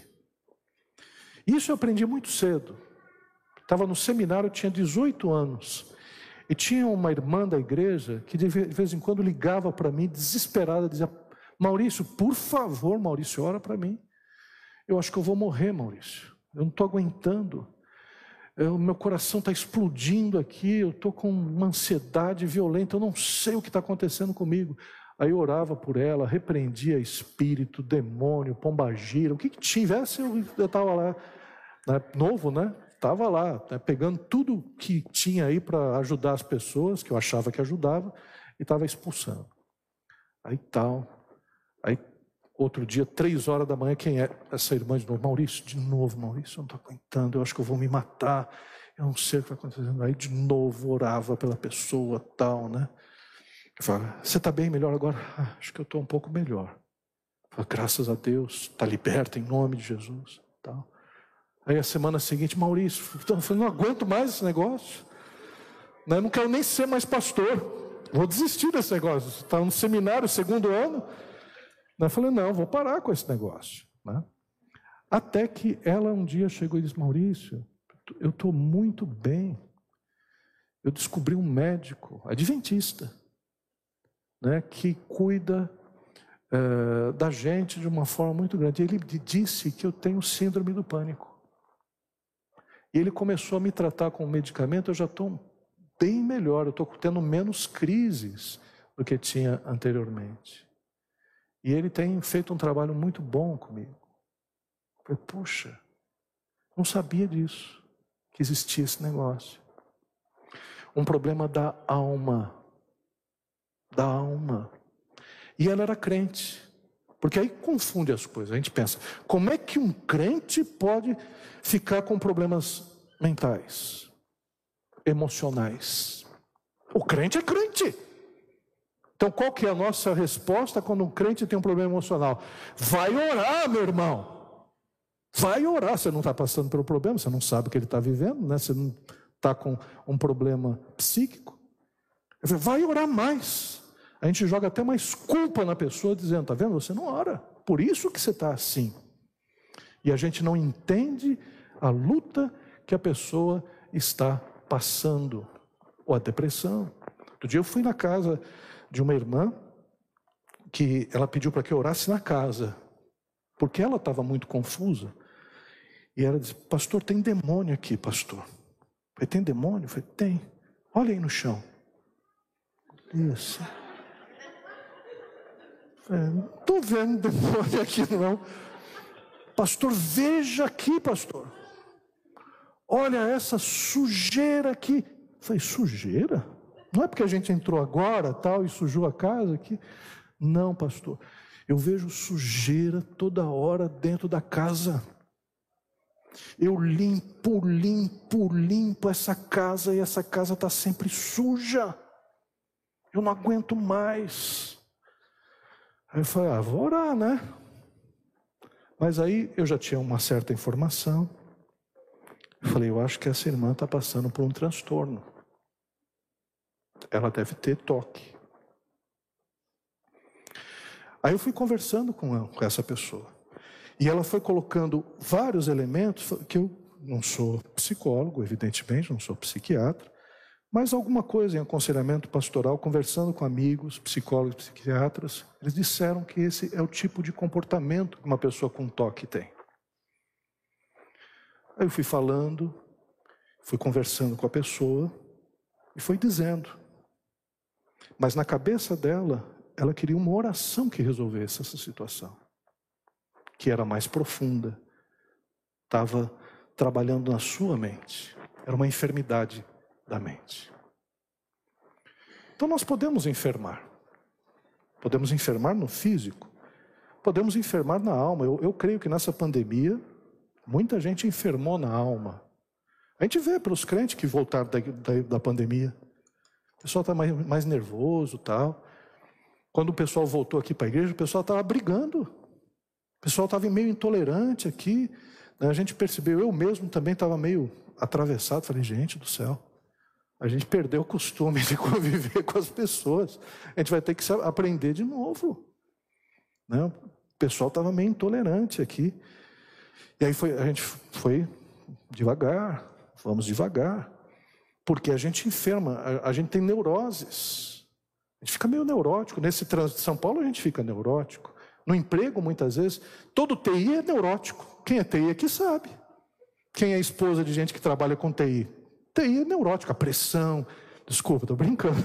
Isso eu aprendi muito cedo. Estava no seminário, eu tinha dezoito anos, e tinha uma irmã da igreja que de vez em quando ligava para mim, desesperada, dizia, Maurício, por favor, Maurício, ora para mim. Eu acho que eu vou morrer, Maurício. Eu não estou aguentando. O meu coração está explodindo aqui, eu estou com uma ansiedade violenta, eu não sei o que está acontecendo comigo. Aí eu orava por ela, repreendia espírito, demônio, pombagira, o que, que tivesse, eu estava lá, né, novo, né? Estava lá, né, pegando tudo que tinha aí para ajudar as pessoas, que eu achava que ajudava, e estava expulsando. Aí tal, aí outro dia, três horas da manhã, quem é? Essa irmã de novo, Maurício, de novo, Maurício, eu não estou aguentando, eu acho que eu vou me matar, eu não sei o que está acontecendo. Aí de novo orava pela pessoa, tal, né? Eu falava, você está bem, melhor agora? Ah, acho que eu estou um pouco melhor. Eu falava, graças a Deus, está liberta em nome de Jesus, tal. Aí a semana seguinte, Maurício, eu falei, não aguento mais esse negócio, né? Não quero nem ser mais pastor, vou desistir desse negócio. Está no seminário, segundo ano. Eu falei, não, vou parar com esse negócio, né? Até que ela um dia chegou e disse, Maurício, eu estou muito bem. Eu descobri um médico, adventista, né, que cuida é, da gente de uma forma muito grande. Ele disse que eu tenho síndrome do pânico. E ele começou a me tratar com medicamento, eu já estou bem melhor, eu estou tendo menos crises do que tinha anteriormente. E ele tem feito um trabalho muito bom comigo. Eu falei, puxa, não sabia disso, que existia esse negócio. Um problema da alma. Da alma. E ela era crente, Porque aí confunde as coisas. A gente pensa, como é que um crente pode ficar com problemas mentais, emocionais? O crente é crente. Então qual que é a nossa resposta quando um crente tem um problema emocional? Vai orar, meu irmão. Vai orar. Você não está passando pelo problema, você não sabe o que ele está vivendo, né? Você não está com um problema psíquico. Vai orar mais. A gente joga até mais culpa na pessoa, dizendo, está vendo? Você não ora. Por isso que você está assim. E a gente não entende a luta que a pessoa está passando. Ou a depressão. Outro dia eu fui na casa de uma irmã que ela pediu para que eu orasse na casa. Porque ela estava muito confusa. E ela disse, pastor, tem demônio aqui, pastor. Eu falei, tem demônio? Eu falei, tem. Olha aí no chão. Isso. Não estou vendo demônio aqui não. Pastor, veja aqui, pastor. Olha essa sujeira aqui. Eu falei, sujeira? Não é porque a gente entrou agora tal e sujou a casa aqui? Não, pastor. Eu vejo sujeira toda hora dentro da casa. Eu limpo, limpo, limpo essa casa e essa casa está sempre suja. Eu não aguento mais. Aí eu falei, ah, vou orar, né? Mas aí eu já tinha uma certa informação. Eu falei, eu acho que essa irmã está passando por um transtorno. Ela deve ter toque. Aí eu fui conversando com, com essa pessoa. E ela foi colocando vários elementos, que eu não sou psicólogo, evidentemente, não sou psiquiatra, mas alguma coisa em aconselhamento pastoral, conversando com amigos, psicólogos, psiquiatras, eles disseram que esse é o tipo de comportamento que uma pessoa com toque tem. Aí eu fui falando, fui conversando com a pessoa e foi dizendo. Mas na cabeça dela, ela queria uma oração que resolvesse essa situação, que era mais profunda, estava trabalhando na sua mente, era uma enfermidade da mente. Então nós podemos enfermar, podemos enfermar no físico, podemos enfermar na alma. Eu, eu creio que nessa pandemia, muita gente enfermou na alma. A gente vê pelos crentes que voltaram da, da, da pandemia, o pessoal está mais, mais nervoso e tal. Quando o pessoal voltou aqui para a igreja, o pessoal estava brigando, o pessoal estava meio intolerante aqui, né? A gente percebeu, eu mesmo também estava meio atravessado, falei, gente do céu, a gente perdeu o costume de conviver com as pessoas, a gente vai ter que aprender de novo, né? O pessoal estava meio intolerante aqui, e aí foi, a gente foi devagar, vamos devagar, porque a gente enferma, a, a gente tem neuroses, a gente fica meio neurótico, nesse trânsito de São Paulo a gente fica neurótico, no emprego muitas vezes, todo T I é neurótico, quem é T I aqui sabe, quem é esposa de gente que trabalha com T I, T I é neurótico, a pressão, desculpa, estou brincando,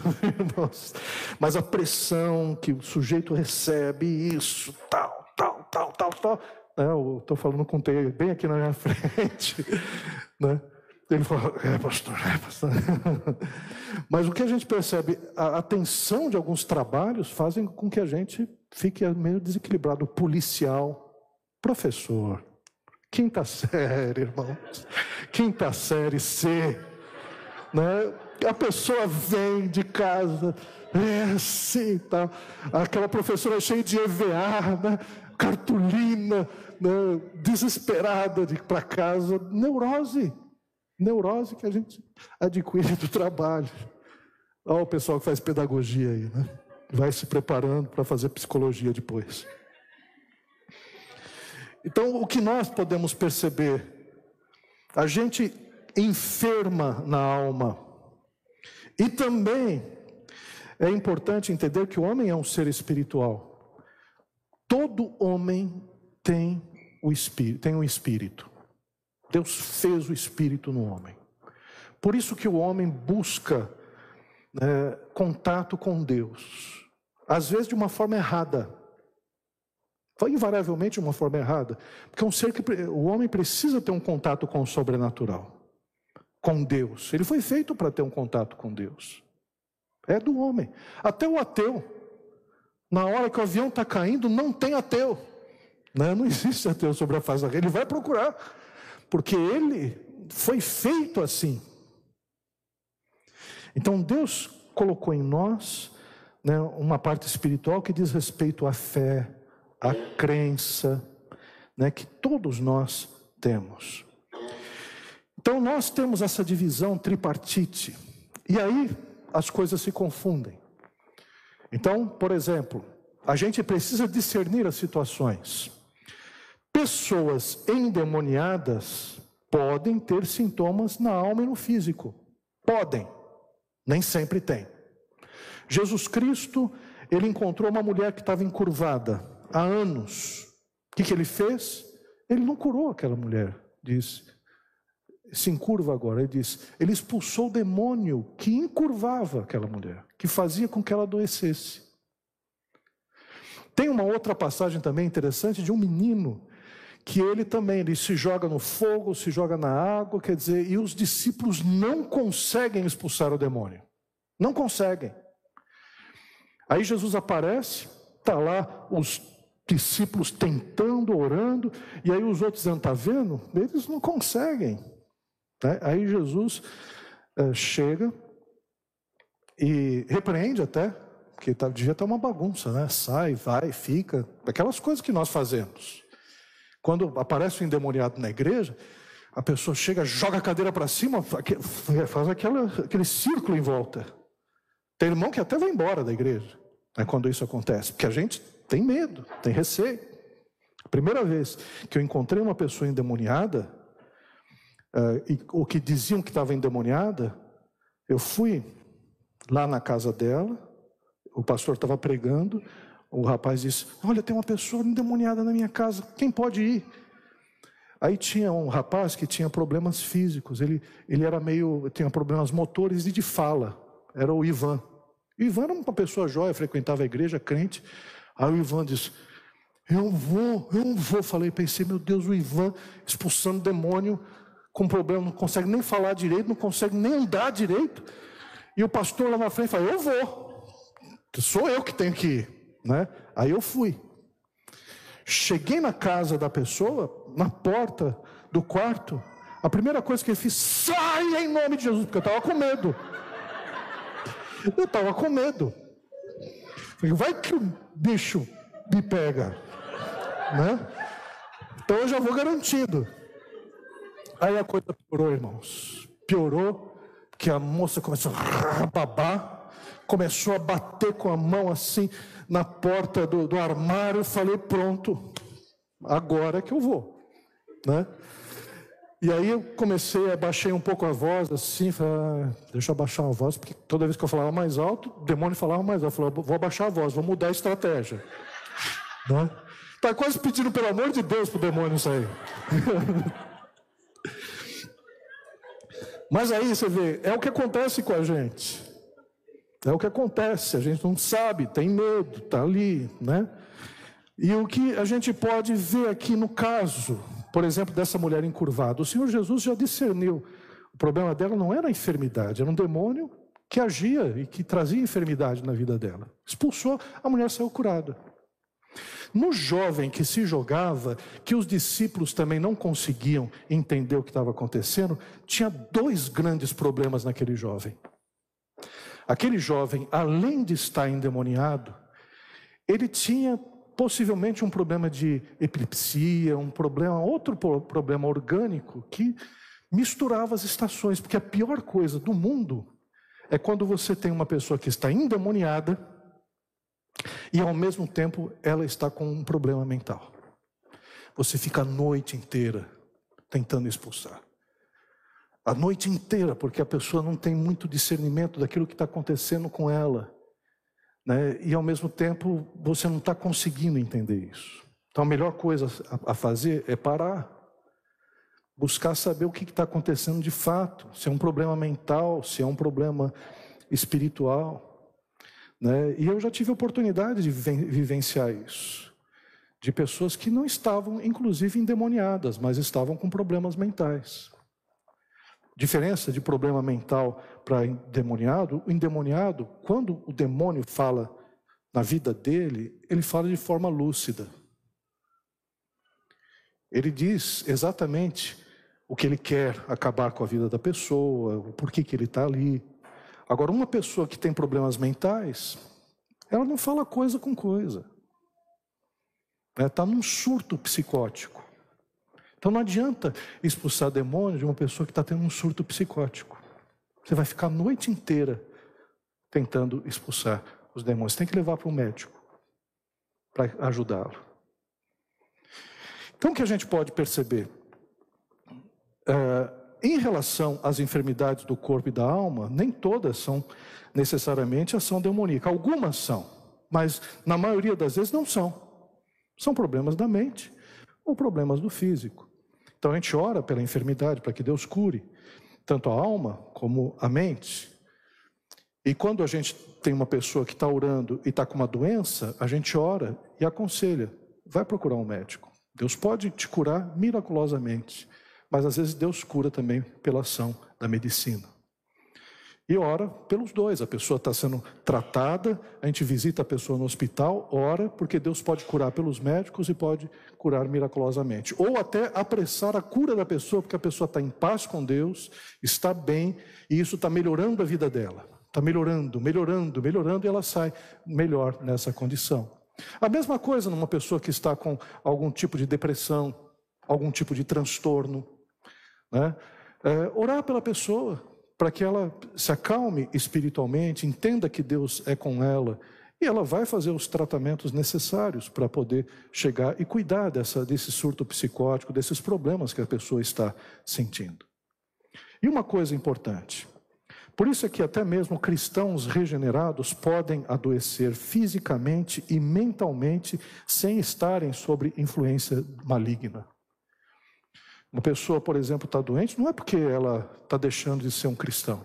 mas a pressão que o sujeito recebe, isso, tal, tal, tal, tal, tal, né? Eu estou falando com o T I bem aqui na minha frente, né? Ele falou, é pastor, é pastor. Mas o que a gente percebe, a, a tensão de alguns trabalhos fazem com que a gente fique meio desequilibrado. Policial, professor, quinta série, irmãos, quinta série C, né? A pessoa vem de casa, é assim, tá? Aquela professora cheia de E V A, né? Cartolina, né? Desesperada de ir para casa, neurose. Neurose que a gente adquire do trabalho. Olha o pessoal que faz pedagogia aí, né? Vai se preparando para fazer psicologia depois. Então, o que nós podemos perceber? A gente enferma na alma. E também é importante entender que o homem é um ser espiritual. Todo homem tem o espírito, tem um espírito. Deus fez o espírito no homem. Por isso que o homem busca, né, contato com Deus. Às vezes de uma forma errada. Invariavelmente de uma forma errada. Porque é um ser que, o homem precisa ter um contato com o sobrenatural. Com Deus. Ele foi feito para ter um contato com Deus. É do homem. Até o ateu. Na hora que o avião está caindo, não tem ateu. Né? Não existe ateu sobre a face da terra. Ele vai procurar, porque ele foi feito assim. Então Deus colocou em nós, né, uma parte espiritual que diz respeito à fé, à crença, né, que todos nós temos. Então nós temos essa divisão tripartite. E aí as coisas se confundem. Então, por exemplo, a gente precisa discernir as situações. Pessoas endemoniadas podem ter sintomas na alma e no físico. Podem. Nem sempre tem. Jesus Cristo, ele encontrou uma mulher que estava encurvada há anos. O que, que ele fez? Ele não curou aquela mulher. Diz, se encurva agora. Ele diz, ele expulsou o demônio que encurvava aquela mulher, que fazia com que ela adoecesse. Tem uma outra passagem também interessante de um menino, que ele também, ele se joga no fogo, se joga na água, quer dizer, e os discípulos não conseguem expulsar o demônio. Não conseguem. Aí Jesus aparece, está lá os discípulos tentando, orando, e aí os outros dizendo, está vendo? Eles não conseguem. Né? Aí Jesus é, chega e repreende até, porque tá, devia estar uma bagunça, né? Sai, vai, fica, aquelas coisas que nós fazemos. Quando aparece um endemoniado na igreja, a pessoa chega, joga a cadeira para cima, faz aquela, aquele círculo em volta. Tem irmão que até vai embora da igreja, né, quando isso acontece, porque a gente tem medo, tem receio. A primeira vez que eu encontrei uma pessoa endemoniada, uh, e, ou que diziam que estava endemoniada, eu fui lá na casa dela, o pastor estava pregando, o rapaz disse, olha, tem uma pessoa endemoniada na minha casa, quem pode ir? Aí tinha um rapaz que tinha problemas físicos, ele, ele era meio, tinha problemas motores e de fala, era o Ivan. O Ivan era uma pessoa jóia, frequentava a igreja, crente. Aí o Ivan disse, eu vou, eu vou. Falei, pensei, meu Deus, o Ivan expulsando demônio, com problema, não consegue nem falar direito, não consegue nem andar direito. E o pastor lá na frente falou, eu vou, sou eu que tenho que ir. Né? Aí eu fui. Cheguei na casa da pessoa, na porta do quarto, a primeira coisa que eu fiz, sai em nome de Jesus, porque eu estava com medo. Eu estava com medo. Vai que o bicho me pega, né? Então eu já vou garantido. Aí a coisa piorou, irmãos. Piorou, porque a moça começou a babar, começou a bater com a mão assim na porta do, do armário. Eu falei, pronto, agora é que eu vou, né? E aí eu comecei, abaixei um pouco a voz, assim, falei, ah, deixa eu abaixar a voz, porque toda vez que eu falava mais alto, o demônio falava mais alto. Eu falei, vou abaixar a voz, vou mudar a estratégia. Né? Tá quase pedindo, pelo amor de Deus, pro demônio sair. Mas aí você vê, é o que acontece com a gente. É o que acontece, a gente não sabe, tem medo, tá ali, né? E o que a gente pode ver aqui no caso, por exemplo, dessa mulher encurvada, o Senhor Jesus já discerniu. O problema dela não era a enfermidade, era um demônio que agia e que trazia enfermidade na vida dela. Expulsou, a mulher saiu curada. No jovem que se jogava, que os discípulos também não conseguiam entender o que estava acontecendo, tinha dois grandes problemas naquele jovem. Aquele jovem, além de estar endemoniado, ele tinha possivelmente um problema de epilepsia, um problema, outro problema orgânico que misturava as estações, porque a pior coisa do mundo é quando você tem uma pessoa que está endemoniada e ao mesmo tempo ela está com um problema mental. Você fica a noite inteira tentando expulsar. A noite inteira, porque a pessoa não tem muito discernimento daquilo que está acontecendo com ela. Né? E ao mesmo tempo você não está conseguindo entender isso. Então a melhor coisa a fazer é parar, buscar saber o que está acontecendo de fato, se é um problema mental, se é um problema espiritual, né? E eu já tive a oportunidade de vivenciar isso, de pessoas que não estavam inclusive endemoniadas, mas estavam com problemas mentais. Diferença de problema mental para endemoniado, o endemoniado, quando o demônio fala na vida dele, ele fala de forma lúcida. Ele diz exatamente o que ele quer acabar com a vida da pessoa, o porquê que ele está ali. Agora, uma pessoa que tem problemas mentais, ela não fala coisa com coisa. Está num surto psicótico. Então não adianta expulsar demônio de uma pessoa que está tendo um surto psicótico. Você vai ficar a noite inteira tentando expulsar os demônios. Você tem que levar para um médico para ajudá-lo. Então o que a gente pode perceber? Uh, em relação às enfermidades do corpo e da alma, nem todas são necessariamente ação demoníaca. Algumas são, mas na maioria das vezes não são. São problemas da mente ou problemas do físico. Então a gente ora pela enfermidade para que Deus cure tanto a alma como a mente. E quando a gente tem uma pessoa que está orando e está com uma doença, a gente ora e aconselha, vai procurar um médico. Deus pode te curar miraculosamente, mas às vezes Deus cura também pela ação da medicina. E ora pelos dois, a pessoa está sendo tratada, a gente visita a pessoa no hospital, ora, porque Deus pode curar pelos médicos e pode curar miraculosamente. Ou até apressar a cura da pessoa, porque a pessoa está em paz com Deus, está bem, e isso está melhorando a vida dela. Está melhorando, melhorando, melhorando, e ela sai melhor nessa condição. A mesma coisa numa pessoa que está com algum tipo de depressão, algum tipo de transtorno, né? É, orar pela pessoa, para que ela se acalme espiritualmente, entenda que Deus é com ela, e ela vai fazer os tratamentos necessários para poder chegar e cuidar dessa, desse surto psicótico, desses problemas que a pessoa está sentindo. E uma coisa importante, por isso é que até mesmo cristãos regenerados podem adoecer fisicamente e mentalmente sem estarem sob influência maligna. Uma pessoa, por exemplo, está doente, não é porque ela está deixando de ser um cristão.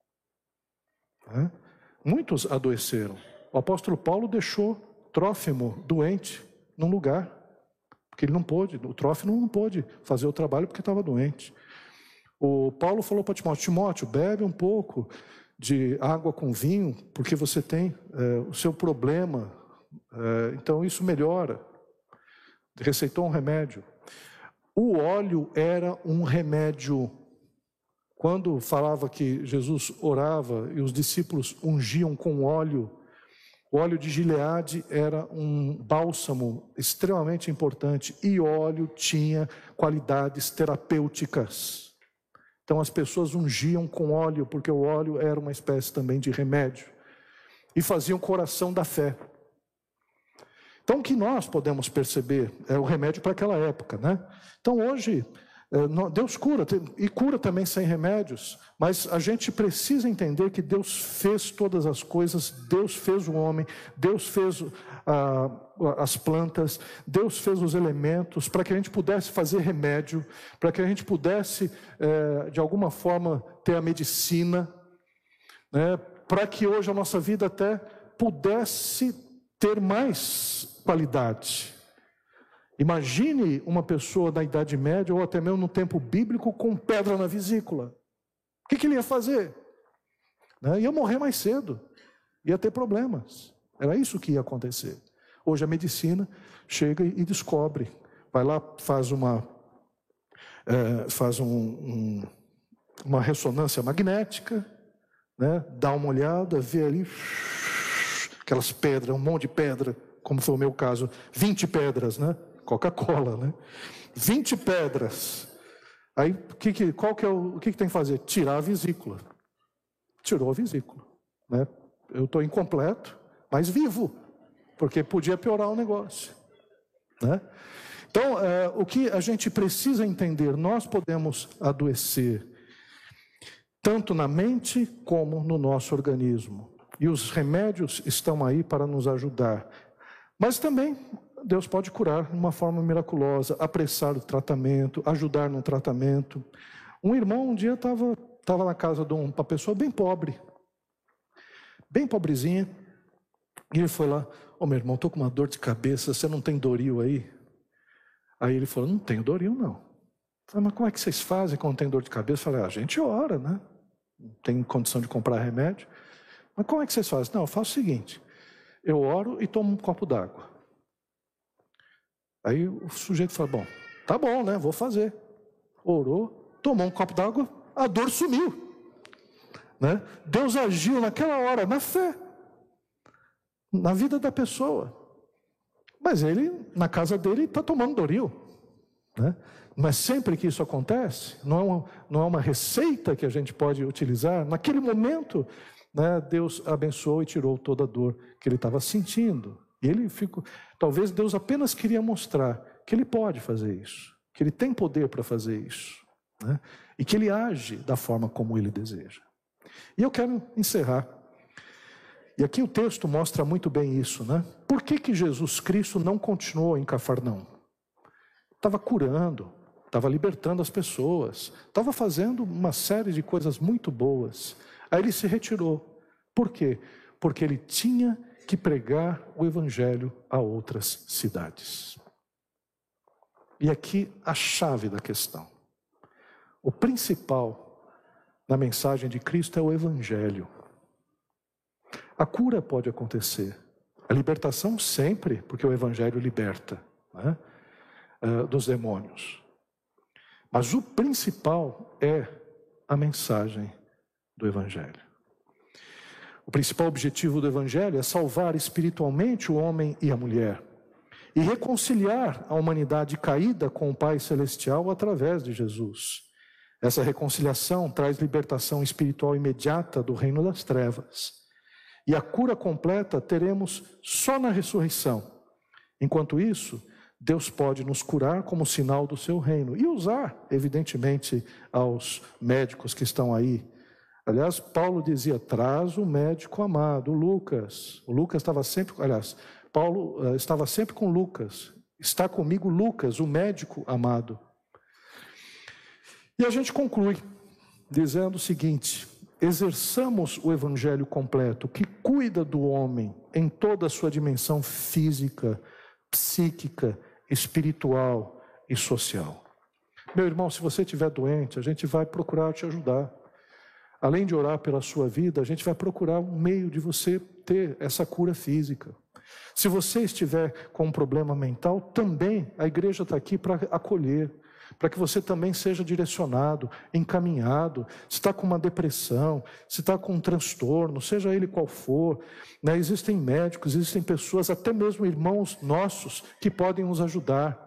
Né? Muitos adoeceram. O apóstolo Paulo deixou Trófimo doente num lugar, porque ele não pôde, o Trófimo não pôde fazer o trabalho porque estava doente. O Paulo falou para Timóteo, Timóteo, bebe um pouco de água com vinho, porque você tem é, o seu problema, é, então isso melhora. Receitou um remédio. O óleo era um remédio. Quando falava que Jesus orava e os discípulos ungiam com óleo, o óleo de Gileade era um bálsamo extremamente importante e óleo tinha qualidades terapêuticas. Então as pessoas ungiam com óleo, porque o óleo era uma espécie também de remédio. E faziam coração da fé. Então o que nós podemos perceber é o remédio para aquela época, né? Então hoje, Deus cura, e cura também sem remédios, mas a gente precisa entender que Deus fez todas as coisas, Deus fez o homem, Deus fez ah, as plantas, Deus fez os elementos para que a gente pudesse fazer remédio, para que a gente pudesse, eh, de alguma forma, ter a medicina, né, para que hoje a nossa vida até pudesse ter mais qualidade. Imagine uma pessoa da Idade Média, ou até mesmo no tempo bíblico, com pedra na vesícula. O que, que ele ia fazer? Né? Ia morrer mais cedo, ia ter problemas. Era isso que ia acontecer. Hoje a medicina chega e descobre. Vai lá, faz uma, é, faz um, um, uma ressonância magnética, né? Dá uma olhada, vê ali aquelas pedras, um monte de pedra, como foi o meu caso, vinte pedras, né? Coca-Cola, né? vinte pedras. Aí, que que, qual que é o, o que, que tem que fazer? Tirar a vesícula. Tirou a vesícula, né? Eu estou incompleto, mas vivo, porque podia piorar o negócio, né? Então, é, o que a gente precisa entender, nós podemos adoecer, tanto na mente como no nosso organismo. E os remédios estão aí para nos ajudar. Mas também Deus pode curar de uma forma miraculosa, apressar o tratamento, ajudar no tratamento. Um irmão um dia estava estava na casa de uma pessoa bem pobre, bem pobrezinha, e ele foi lá, ô oh, meu irmão, estou com uma dor de cabeça, você não tem Doril aí? Aí ele falou, não tenho Doril não. Eu falei, mas como é que vocês fazem quando tem dor de cabeça? Eu falei, ah, a gente ora, né? Não tem condição de comprar remédio. Mas como é que vocês fazem? Não, eu faço o seguinte, eu oro e tomo um copo d'água. Aí o sujeito fala, bom, tá bom, né, vou fazer. Orou, tomou um copo d'água, a dor sumiu. Né? Deus agiu naquela hora, na fé, na vida da pessoa. Mas ele, na casa dele, está tomando Doril. Né? Mas sempre que isso acontece, não é, uma, não é uma receita que a gente pode utilizar. Naquele momento, né, Deus abençoou e tirou toda a dor que ele estava sentindo. E ele ficou, talvez Deus apenas queria mostrar que ele pode fazer isso, que ele tem poder para fazer isso, né? E que ele age da forma como ele deseja. E eu quero encerrar. E aqui o texto mostra muito bem isso, né? Por que que Jesus Cristo não continuou em Cafarnaum? Estava curando, estava libertando as pessoas, estava fazendo uma série de coisas muito boas. Aí ele se retirou. Por quê? Porque ele tinha que pregar o evangelho a outras cidades. E aqui a chave da questão. O principal na mensagem de Cristo é o evangelho. A cura pode acontecer, a libertação sempre, porque o evangelho liberta, né, uh, dos demônios. Mas o principal é a mensagem do evangelho. O principal objetivo do evangelho é salvar espiritualmente o homem e a mulher e reconciliar a humanidade caída com o Pai Celestial através de Jesus. Essa reconciliação traz libertação espiritual imediata do reino das trevas. E a cura completa teremos só na ressurreição. Enquanto isso, Deus pode nos curar como sinal do seu reino e usar, evidentemente, aos médicos que estão aí. Aliás, Paulo dizia, traz o médico amado, o Lucas. O Lucas estava sempre, aliás, Paulo uh, estava sempre com Lucas. Está comigo Lucas, o médico amado. E a gente conclui dizendo o seguinte, exerçamos o evangelho completo, que cuida do homem em toda a sua dimensão física, psíquica, espiritual e social. Meu irmão, se você estiver doente, a gente vai procurar te ajudar. Além de orar pela sua vida, a gente vai procurar um meio de você ter essa cura física. Se você estiver com um problema mental, também a igreja está aqui para acolher, para que você também seja direcionado, encaminhado. Se está com uma depressão, se está com um transtorno, seja ele qual for, né? Existem médicos, existem pessoas, até mesmo irmãos nossos, que podem nos ajudar.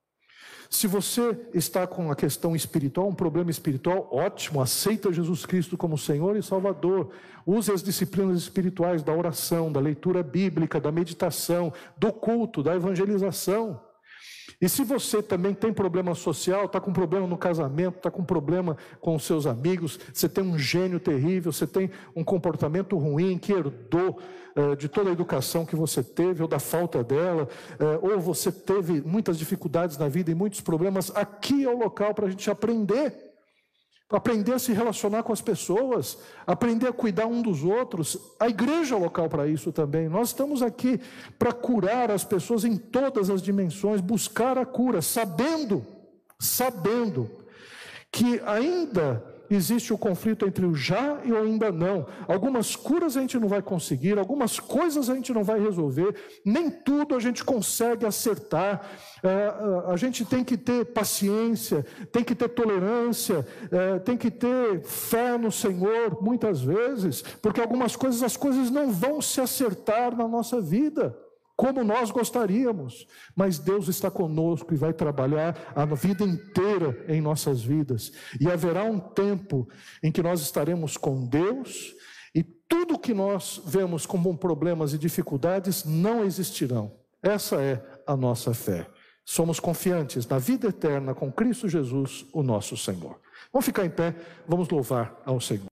Se você está com a questão espiritual, um problema espiritual, ótimo, aceita Jesus Cristo como Senhor e Salvador. Use as disciplinas espirituais da oração, da leitura bíblica, da meditação, do culto, da evangelização. E se você também tem problema social, está com problema no casamento, está com problema com os seus amigos, você tem um gênio terrível, você tem um comportamento ruim que herdou eh, de toda a educação que você teve, ou da falta dela, eh, ou você teve muitas dificuldades na vida e muitos problemas, aqui é o local para a gente aprender. Aprender a se relacionar com as pessoas, aprender a cuidar um dos outros. A igreja é o local para isso também. Nós estamos aqui para curar as pessoas em todas as dimensões, buscar a cura, sabendo, sabendo que ainda existe o conflito entre o já e o ainda não. Algumas curas a gente não vai conseguir, algumas coisas a gente não vai resolver, nem tudo a gente consegue acertar. É, a gente tem que ter paciência, tem que ter tolerância, é, tem que ter fé no Senhor, muitas vezes, porque algumas coisas, as coisas não vão se acertar na nossa vida, como nós gostaríamos, mas Deus está conosco e vai trabalhar a vida inteira em nossas vidas, e haverá um tempo em que nós estaremos com Deus, e tudo que nós vemos como problemas e dificuldades não existirão. Essa é a nossa fé. Somos confiantes na vida eterna com Cristo Jesus, o nosso Senhor. Vamos ficar em pé, vamos louvar ao Senhor.